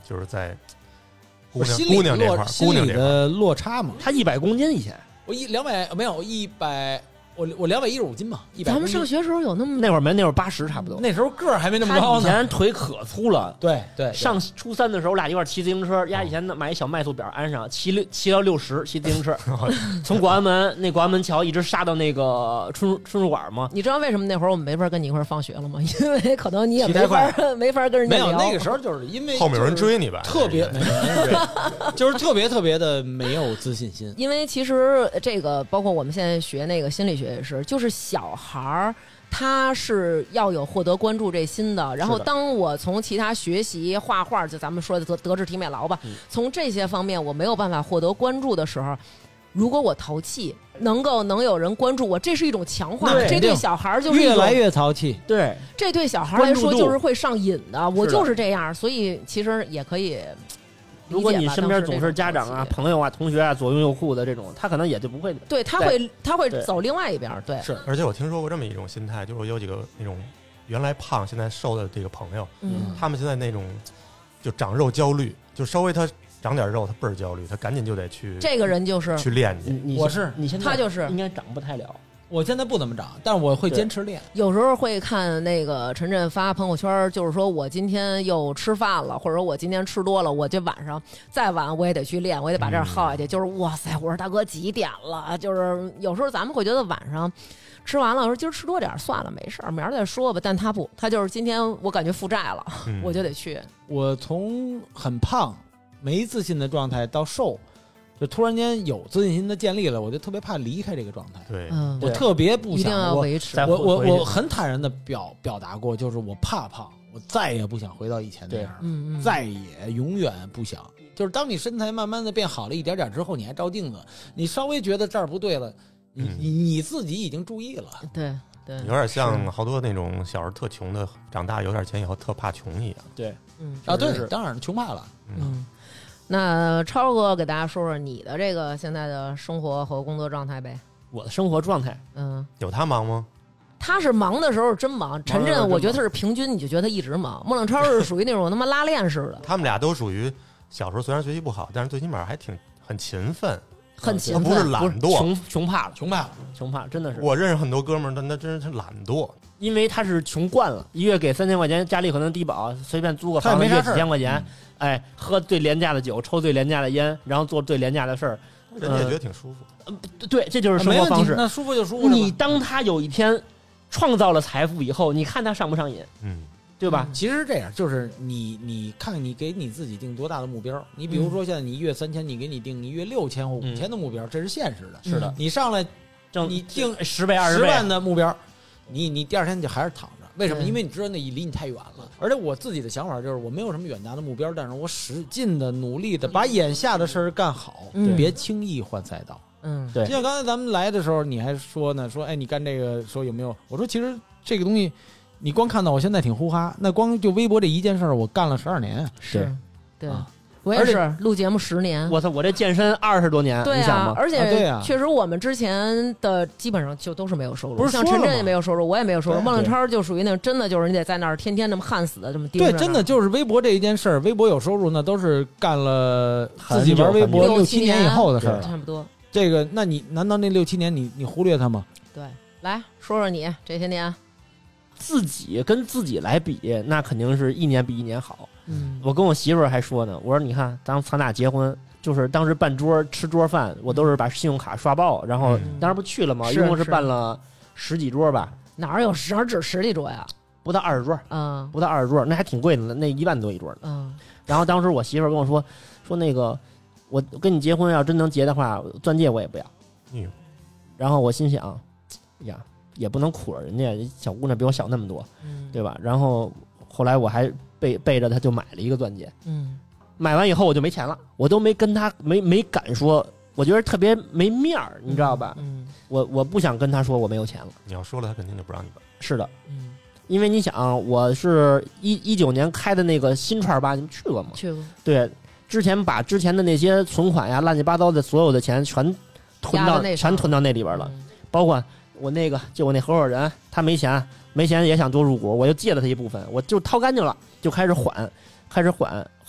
就是在姑娘心理姑娘这块儿， 心理的落差嘛。 他一百公斤以前， 我一两百没有一百。我我两百一十五斤嘛，一百。 咱们上学时候有那么那会儿没，那会儿八十差不多。 那时候个儿还没那么高呢。 他以前腿可粗了。 对对。 上初三的时候，我俩一块骑自行车，丫以前买一小迈速表安上，骑六骑到六十，骑自行车，从广安门那广安门桥一直杀到那个春春树馆嘛。 你知道为什么那会儿我们没法跟你一块放学了吗？因为可能你也没法没法跟人家聊。 没有那个时候就是因为后面有人追你吧， 特别就是特别特别的没有自信心。 因为其实这个包括我们现在学那个心理学也是，就是小孩儿他是要有获得关注这心的。然后当我从其他学习画画，就咱们说的德德智体美劳吧，从这些方面我没有办法获得关注的时候，如果我淘气，能够能有人关注我，这是一种强化。这对小孩就是越来越淘气。 对， 这对小孩来说就是会上瘾的。我就是这样，所以其实也可以。 如果你身边总是家长啊、朋友啊、同学啊左拥右护的这种，他可能也就不会。 对，他会他会走另外一边。对， 是。而且我听说过这么一种心态，就是我有几个那种原来胖现在瘦的这个朋友，嗯，他们现在那种就长肉焦虑，就稍微他长点肉，他倍儿焦虑，他赶紧就得去。 这个人就是去练去。 我是你现在他就是应该长不太了。 我现在不怎么长，但是我会坚持练。 有时候会看那个陈震发朋友圈，就是说我今天又吃饭了，或者说我今天吃多了，我这晚上再晚我也得去练，我也得把这儿耗下去。嗯、就是哇塞，我说大哥几点了？就是有时候咱们会觉得晚上吃完了，我说今儿吃多点算了，没事儿，明儿再说吧。但他不，他就是今天我感觉负债了，嗯、我就得去。 我从很胖、没自信的状态到瘦。就突然间有自信心的建立了，我就特别怕离开这个状态。 对， 嗯、 我特别不想， 一定要维持。 我我我很坦然的表表达过，就是我怕胖，我再也不想回到以前那样， 嗯嗯， 再也永远不想。就是当你身材慢慢的变好了一点点之后，你还照镜子，你稍微觉得这儿不对了，你、嗯、你自己已经注意了。 对对， 有点像好多那种小时候特穷的，长大有点钱以后特怕穷一样。 对， 嗯啊对，当然穷怕了， 嗯。嗯那超哥给大家说说你的这个现在的生活和工作状态呗。 我的生活状态， 嗯， 有他忙吗？ 他是忙的时候真忙，陈震我觉得他是平均，你就觉得他一直忙。孟冷超是属于那种他妈拉练似的。 他们俩都属于小时候虽然学习不好，但是最起码还挺很勤奋， 很勤奋， 他不是懒惰， 穷穷怕了， 穷怕了， 穷怕真的是。 我认识很多哥们儿，他那真是懒惰。 因为他是穷惯了，一月给三千块钱，家里可能低保，随便租个房子月几千块钱，嗯、哎，喝最廉价的酒，抽最廉价的烟，然后做最廉价的事儿， 人家也觉得挺舒服。 呃，对，这就是生活方式。 那舒服就舒服。 你当他有一天创造了财富以后，你看他上不上瘾？ 嗯， 对吧？ 嗯、其实是这样，就是你你看你给你自己定多大的目标。你比如说现在你一月三千，你给你定一月六千或五千的目标，嗯、这是现实的。 是的， 你上来挣你定十倍二十十万的目标，你你第二天就还是躺着。为什么？因为你知道那离你太远了。而且我自己的想法就是，我没有什么远大的目标，但是我使劲的努力的把眼下的事儿干好， 嗯、 别轻易换赛道。 嗯， 对。 就像刚才咱们来的时候，你还说呢，说哎，你干这个时候有没有？我说其实这个东西，你光看到我现在挺呼哈，那光就微博这一件事儿，我干了十二年。 是，对。 啊我也是录节目十年， 我操！我这健身二十多年， 对啊， 而且确实我们之前的基本上就都是没有收入，不是像陈震也没有收入，我也没有收入。孟冷超就属于那种真的就是你得在那儿天天这么焊死的这么盯着。 对，真的就是微博这一件事儿，微博有收入那都是干了自己玩微博六七年以后的事儿， 差不多。 这个，那你难道那六七年你你忽略它吗？ 对，来说说你这些年， 自己跟自己来比，那肯定是一年比一年好。 嗯， 我跟我媳妇儿还说呢，我说你看，当咱俩结婚，就是当时办桌吃桌饭，我都是把信用卡刷爆，然后、嗯、当时不去了吗？一共是办了十几桌吧？ 哪有哪止十几桌呀？ 不到二十桌， 嗯， 不到二十桌，那还挺贵的，那一万多一桌呢。 嗯， 然后当时我媳妇儿跟我说，说那个我跟你结婚要真能结的话，钻戒我也不要。 嗯， 然后我心想，呀，也不能苦了人家，小姑娘比我小那么多， 嗯， 对吧？然后后来我还。背背着他就买了一个钻戒， 嗯， 买完以后我就没钱了，我都没跟他没没敢说，我觉得特别没面儿，你知道吧？ 嗯， 我我不想跟他说我没有钱了。 你要说了，他肯定就不让你办。 是的， 嗯， 因为你想，我是一一九年开的那个新串吧，你们去过吗？ 去过。 对，之前把之前的那些存款呀、乱七八糟的所有的钱全囤到全囤到那里边了， 嗯、 包括我那个就我那合伙人，他没钱。没钱也想多入股，我就借了他一部分，我就掏干净了，就开始还，开始还。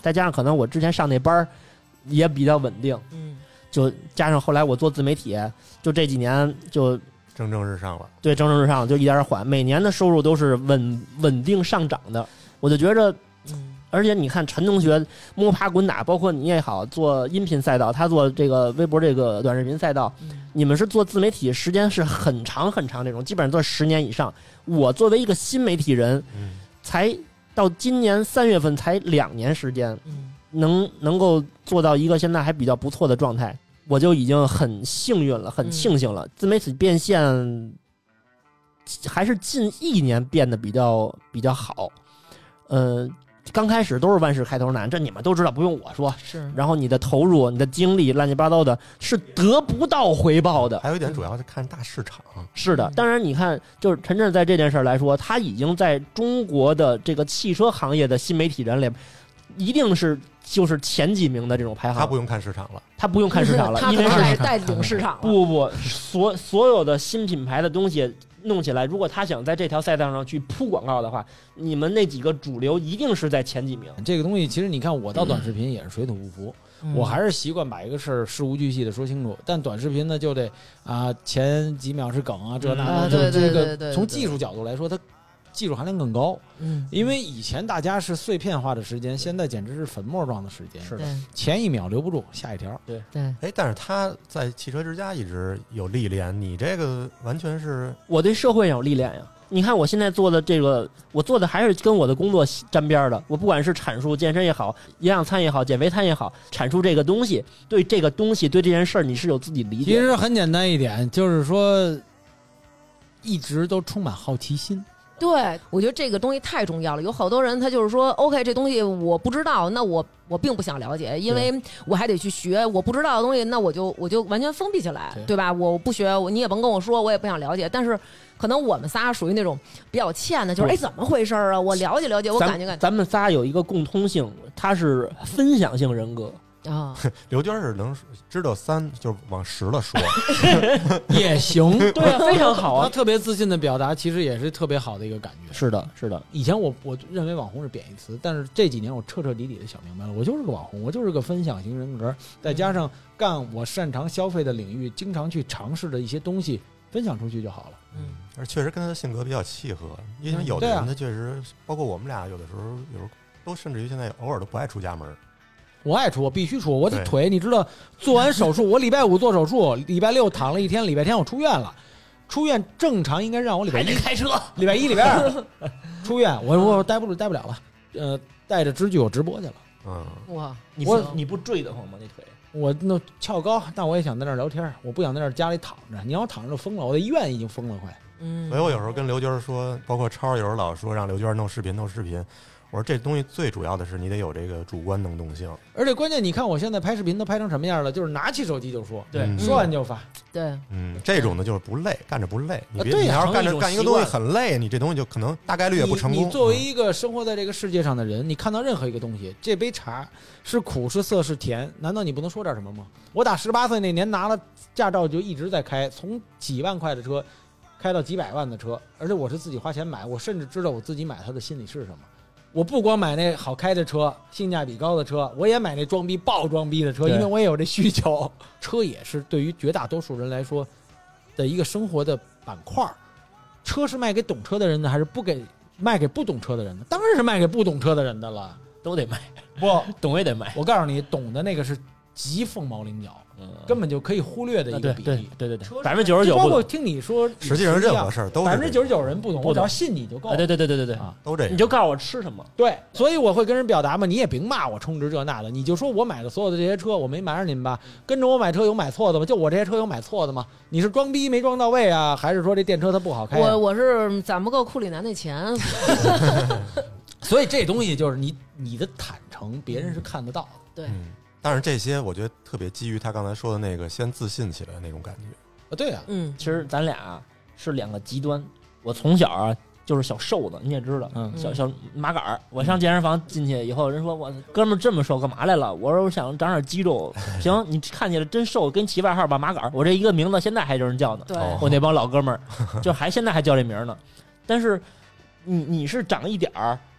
再加上可能我之前上那班也比较稳定， 嗯， 就加上后来我做自媒体，就这几年就蒸蒸日上了。 对，蒸蒸日上，就一点点缓，每年的收入都是稳稳定上涨的。我就觉着， 嗯， 而且你看陈同学摸爬滚打，包括你也好做音频赛道，他做这个微博这个短视频赛道， 嗯， 你们是做自媒体时间是很长很长这种，基本上做十年以上。我作为一个新媒体人， 嗯， 才到今年三月份才两年时间， 嗯， 能能够做到一个现在还比较不错的状态，我就已经很幸运了，很庆幸了。 嗯， 自媒体变现还是近一年变得比较比较好，呃，刚开始都是万事开头难，这你们都知道，不用我说。 是。 然后你的投入、你的精力，乱七八糟的，是得不到回报的。 还有一点，主要是看大市场。 是的，当然你看，就是陈震在这件事来说，他已经在中国的这个汽车行业的新媒体人里，一定是就是前几名的这种排行。 他不用看市场了， 他不用看市场了， 他因为是带领市场了。 不不不，所所有的新品牌的东西弄起来，如果他想在这条赛道上去铺广告的话，你们那几个主流一定是在前几名。 这个东西其实你看，我到短视频也是水土不服， 嗯， 我还是习惯把一个事儿事无巨细的说清楚。但短视频呢，就得啊、前几秒是梗啊，这那啊的，就对对这对对对个从技术角度来说，它技术含量更高。 嗯， 因为以前大家是碎片化的时间，现在简直是粉末状的时间。 是的， 对前一秒留不住，下一条。 对， 哎，但是他在汽车之家一直有历练，你这个完全是我对社会上有历练呀。你看我现在做的这个，我做的还是跟我的工作沾边的。我不管是阐述健身也好，营养餐也好，减肥餐也好，阐述这个东西，对这个东西，对这件事儿，你是有自己理解的。 其实很简单一点，就是说，一直都充满好奇心。 对，我觉得这个东西太重要了。有好多人他就是说 ，OK， 这东西我不知道，那我我并不想了解，因为我还得去学。我不知道的东西，那我就我就完全封闭起来， 对, 对吧？我不学，我你也甭跟我说，我也不想了解。但是可能我们仨属于那种比较欠的，就是哎，怎么回事啊？我了解了解，我感觉感觉。 咱们仨有一个共通性，它是分享性人格。 啊， 刘娟是能知道三就是往十了说也行， 对啊，非常好啊， 他特别自信的表达，其实也是特别好的一个感觉。 是的，是的。 以前我我认为网红是贬义词，但是这几年我彻彻底底的想明白了，我就是个网红，我就是个分享型人格，再加上干我擅长消费的领域，经常去尝试的一些东西，分享出去就好了。 嗯，而确实跟他的性格比较契合，因为有的人他确实，包括我们俩有的时候有时候都甚至于现在偶尔都不爱出家门。 我爱出，我必须出。我的腿，你知道，做完手术，我礼拜五做手术，礼拜六躺了一天，礼拜天我出院了。出院正常应该让我礼拜一开车， 礼拜一、礼拜二出院。我我待不住，待不了了。呃，带着支具我直播去了。 嗯， 哇， 你不你不坠得慌吗？那腿？ 我那翘高，但我也想在那儿聊天，我不想在那儿家里躺着。你让我躺着就疯了，我在医院已经疯了快。 嗯， 所以我有时候跟刘娟说，包括超有时候老说让刘娟弄视频，弄视频。我说这东西最主要的是你得有这个主观能动性， 而且关键你看我现在拍视频都拍成什么样了，就是拿起手机就说， 对， 嗯、 说完就发。 对， 嗯，这种的就是不累，干着不累。你别， 啊、对你要是干着一干一个东西很累，你这东西就可能大概率也不成功。 你, 你作为一个生活在这个世界上的人，你看到任何一个东西，这杯茶是苦是涩是甜，难道你不能说点什么吗？我打十八岁那年拿了驾照就一直在开，从几万块的车开到几百万的车，而且我是自己花钱买，我甚至知道我自己买它的心理是什么。我不光买那好开的车，性价比高的车，我也买那装逼爆装逼的车，因为我也有这需求。车也是对于绝大多数人来说的一个生活的板块。车是卖给懂车的人的，还是不给卖给不懂车的人的？当然是卖给不懂车的人的了， 都得卖， 不懂也得卖。 我告诉你，懂的那个是极凤毛麟角。嗯，根本就可以忽略的一个比例， 对对对对，百分之九十九不懂。 包括听你说， 实际上任何事儿都百分之九十九人不懂，我只要信你就够了。 对对对对对对啊， 都这样。 你就告诉我吃什么。 对，所以我会跟人表达嘛，你也别骂我充值这那的，你就说我买的所有的这些车，我没瞒着您吧？跟着我买车有买错的吗？就我这些车有买错的吗？你是装逼没装到位啊，还是说这电车它不好开、啊？ 我我是攒不够库里南那钱。 所以这东西就是你你的坦诚，别人是看得到的。 对。 嗯，但是这些我觉得特别基于他刚才说的那个先自信起来那种感觉啊，对啊， 嗯， 其实咱俩是两个极端。我从小啊就是小瘦子，你也知道， 嗯， 小小麻杆儿。我上健身房进去以后，人说我哥们儿这么瘦干嘛来了？我说我想长点肌肉。行，你看起来真瘦，给你起外号吧，麻杆儿。我这一个名字现在还有人叫呢。 对， 我那帮老哥们儿就还现在还叫这名呢。但是你你是长一点儿。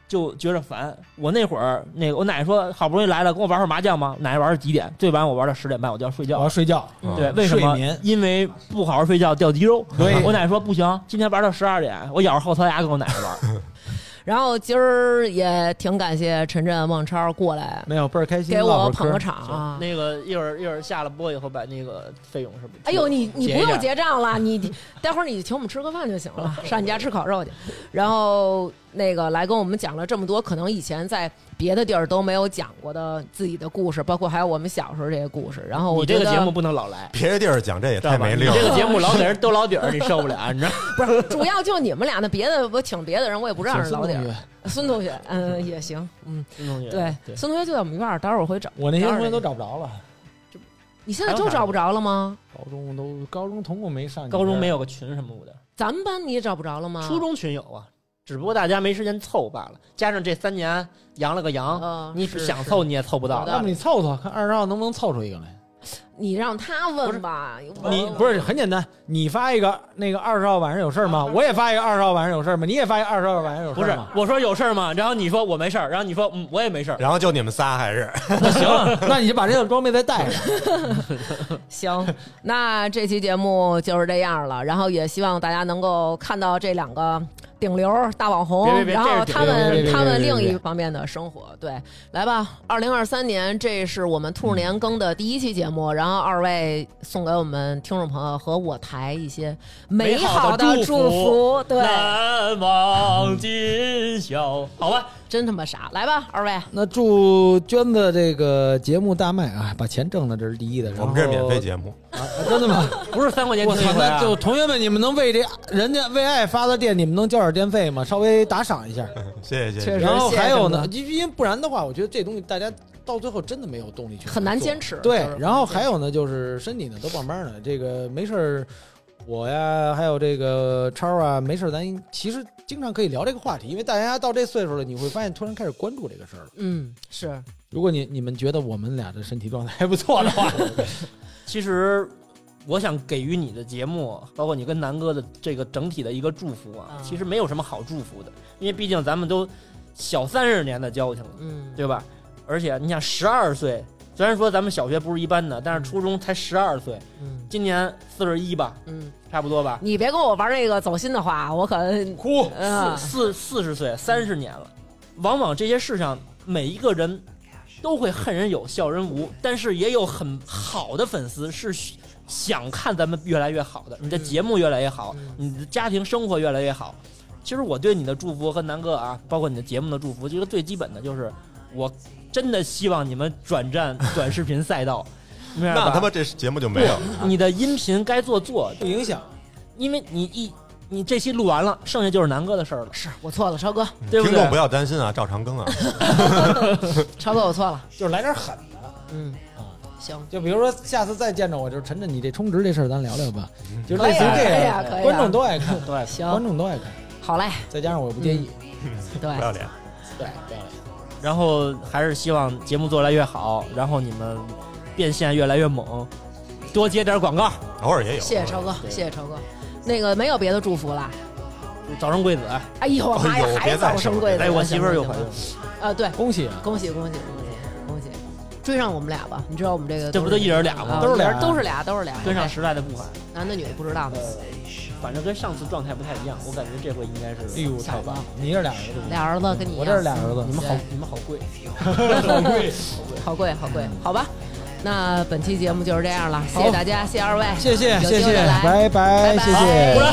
就觉着烦。我那会儿那个我奶奶说好不容易来了，跟我玩会儿麻将吗？奶奶玩到几点？最晚我玩到十点半，我就要睡觉。 我要睡觉。 对，为什么？ 睡眠。 因为不好好睡觉掉肌肉。 对， 我奶奶说不行，今天玩到十二点，我咬着后槽牙跟我奶奶玩。 然后今儿也挺感谢陈震、孟超过来， 没有倍儿开心， 给我捧个场啊。 那个一会儿一会儿下了播以后，把那个费用是不是？ 哎呦，你你不用结账了，你待会儿你请我们吃个饭就行了，上你家吃烤肉去。然后那个来跟我们讲了这么多，可能以前在别的地儿都没有讲过的自己的故事，包括还有我们小时候这些故事。然后我你这个节目不能老来， 别的地儿讲这也太没溜。 你这个节目老给人兜老底儿，你受不了，你知道？ 不是，主要就你们俩的，别的我请别的人，我也不让人老底儿。孙同学，嗯，也行，嗯， 孙同学， 对，孙同学就在我们院儿，待会儿我会找。 我那些同学都找不着了， 你现在都找不着了吗？ 高中都高中同共没上， 高中没有个群什么的。 咱们班你也找不着了吗？ 初中群有啊，只不过大家没时间凑罢了。加上这三年阳了个阳， 呃、 你想凑你也凑不到。 要不你凑凑，看二十号能不能凑出一个来？ 你让他问吧， 你不是很简单，你发一个那个二十号晚上有事吗？我也发一个二十号晚上有事吗？你也发一个二十号晚上有事吗？ 不是，我说有事吗？然后你说我没事，然后你说嗯我也没事， 然后就你们仨还是那行，那你就把这个装备再带上。 行，那这期节目就是这样了，然后也希望大家能够看到这两个顶流大网红， 别别别然后他们他们另一一方面的生活。对，来吧，二零二三年这是我们兔年更的第一期节目，然后二位送给我们听众朋友和我台一些美好的祝福。对， 难忘今宵，好吧。 真他妈傻，来吧，二位。 那祝娟子这个节目大卖啊，把钱挣的这是第一的。 我们这是免费节目啊，真的吗？ 不是三块钱我操， 听一回啊！ 那就同学们，你们能为这人家为爱发的电，你们能交点电费吗？稍微打赏一下， 谢谢谢谢。 然后还有呢，因为不然的话，我觉得这东西大家到最后真的没有动力去很难坚持。 对，然后还有呢，就是身体呢都棒棒的，这个没事儿。我呀，还有这个超啊，没事，咱其实经常可以聊这个话题，因为大家到这岁数了，你会发现突然开始关注这个事儿了。 嗯，是。 如果你你们觉得我们俩的身体状态还不错的话， 其实我想给予你的节目，包括你跟南哥的这个整体的一个祝福啊，嗯、其实没有什么好祝福的，因为毕竟咱们都小三十年的交情了， 嗯， 对吧？而且你想，十二岁。虽然说咱们小学不是一般的，但是初中才十二岁， 嗯， 今年四十一吧， 嗯， 差不多吧。 你别跟我玩这个走心的话，我可哭。 嗯、 四四四十岁，三十年了。往往这些事上，每一个人都会恨人有，笑人无，但是也有很好的粉丝是想看咱们越来越好的，你的节目越来越好， 嗯、 你的家庭生活越来越好。其实我对你的祝福和南哥啊，包括你的节目的祝福，这个最基本的就是我。真的希望你们转战短视频赛道， 那他妈这节目就没有了。 你的音频该做做， 不影响， 因为你一你这期录完了，剩下就是南哥的事儿了。 是我错了，超哥， 对不对？ 听众不要担心啊，照常更啊。 超哥，我错了， 就是来点狠的。 嗯啊，行， 就比如说下次再见着我，就是陈震，你这充值这事儿咱聊聊吧，就是类似于这样，观众都爱看， 对， 行， 观众都爱看。 好嘞， 再加上我也不介意， 对， 不要脸， 对，不要脸。 然后还是希望节目做得越来越好，然后你们变现越来越猛，多接点广告， 偶尔也有。 谢谢超哥，谢谢超哥。那个没有别的祝福啦， 早生贵子。 哎呦妈呀，还早生贵子！ 哎，我媳妇儿又怀孕。 啊，对， 恭喜恭喜恭喜恭喜恭喜！追上我们俩吧，你知道我们这个这不都一人俩吗？ 都是俩，都是俩，都是俩， 跟上时代的步伐。 男的女的不知道的。 反正跟上次状态不太一样，我感觉这回应该是。 哎呦，太棒了！你是俩儿子， 俩儿子跟你一样， 我这是俩儿子， 你们好，你们好贵， 好贵， 好贵，好贵，好吧。那本期节目就是这样了，谢谢大家，谢谢二位， 谢谢，谢谢， 拜拜，谢谢。 鼓掌。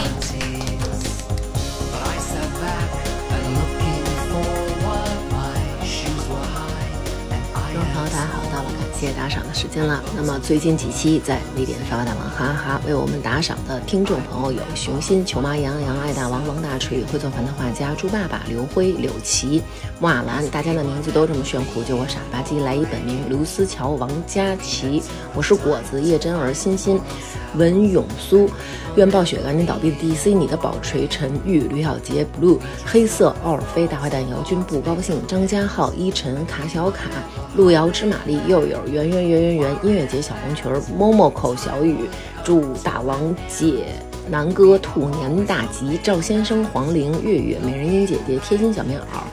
谢谢打赏的时间了。那么最近几期在微店发发大王哈哈哈为我们打赏的听众朋友有熊心、球妈、杨洋、爱大王、王大锤、会做饭的画家、猪爸爸、刘辉、柳琪、莫亚兰，大家的名字都这么炫酷，就我傻吧唧来一本名刘思乔、王佳琪，我是果子、叶真儿、欣欣、文永苏、愿暴雪赶紧倒闭的 D C、你的宝锤、陈玉、吕小杰、Blue、黑色、奥尔菲、大坏蛋、姚军不高兴、张家浩、依晨、卡小卡、路遥知玛丽、又有圆圆圆圆圆、音乐节小红裙儿、某某口小雨、祝大王姐、南哥兔年大吉、赵先生、黄玲、月月、美人音姐姐、贴心小棉袄、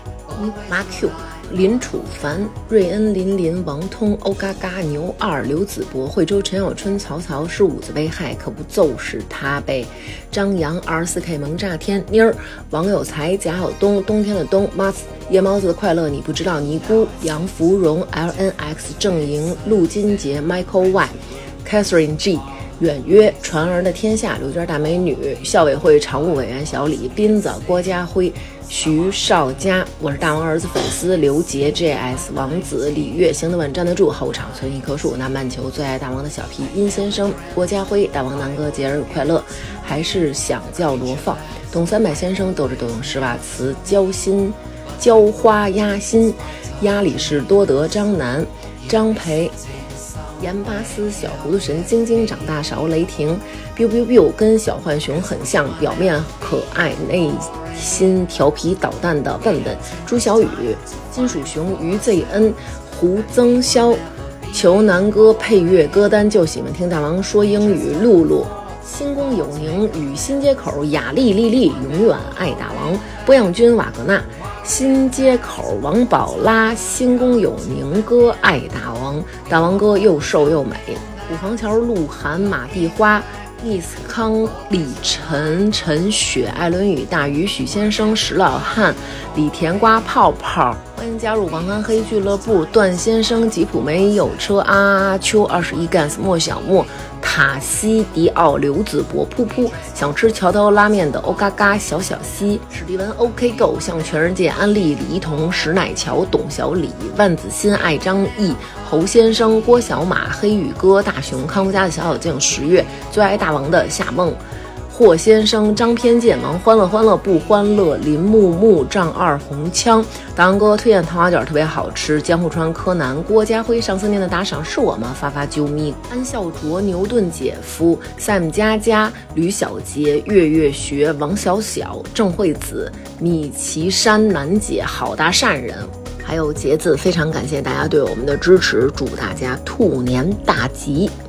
马 Q、林楚凡、瑞恩、林林、王通、欧嘎嘎、牛二、刘子博、惠州、陈小春、曹操是五子危害，可不就是他呗？张扬、二十四 K 萌炸天、妮儿、王有才、贾晓东、冬天的冬、马夜猫子的快乐你不知道、尼姑、杨芙蓉、L N X、郑莹、陆金杰、Michael Y、Catherine G。远约传儿的天下，刘娟大美女，校委会常务委员小李、斌子、郭家辉、徐少佳，我是大王儿子粉丝刘杰、J S 王子、李月，行得稳站得住，后场存一棵树，南半球最爱大王的小皮殷先生，郭家辉，大王南哥节日快乐，还是想叫罗放，董三百先生，斗智斗勇施瓦茨，焦心浇花压心，亚里士多德张楠，张培。盐巴斯、小糊涂神、晶晶长大勺、雷霆 biu biu biu 跟小浣熊很像，表面可爱，内心调皮捣蛋的笨笨。朱小雨、金属熊、于 Z N、胡增潇，求南哥配乐歌单，就喜欢听大王说英语。露露、新宫有宁与新街口雅丽丽丽永远爱大王。波漾君、瓦格纳。新街口王宝拉，新宫有宁哥爱大王，大王哥又瘦又美。五房桥鹿晗、马蒂花、易斯康、李晨、陈雪、艾伦雨、大鱼、许先生、石老汉、李甜瓜、泡泡。欢迎加入王安黑俱乐部。段先生、吉普梅有车、阿秋、二十一 Gans、莫小莫、塔西迪奥、刘子博、噗噗，想吃桥头拉面的欧嘎嘎、小小西、史蒂文 OK Go， 向全世界安利李一桐、石乃乔、董小李、万子欣、爱张毅、侯先生、郭小马、黑羽哥、大熊、康夫家的小小静、十月最爱大王的夏梦、霍先生、张偏见、王欢乐欢乐不欢乐、林木木、丈二红枪。大王哥推荐糖花卷特别好吃。江户川柯南、郭家辉，上次念的打赏是我吗？发发啾咪。安孝卓、牛顿姐夫、Sam 佳佳、吕小杰、月月学、王小小、郑惠子、米奇山南姐、好大善人，还有杰子，非常感谢大家对我们的支持，祝大家兔年大吉。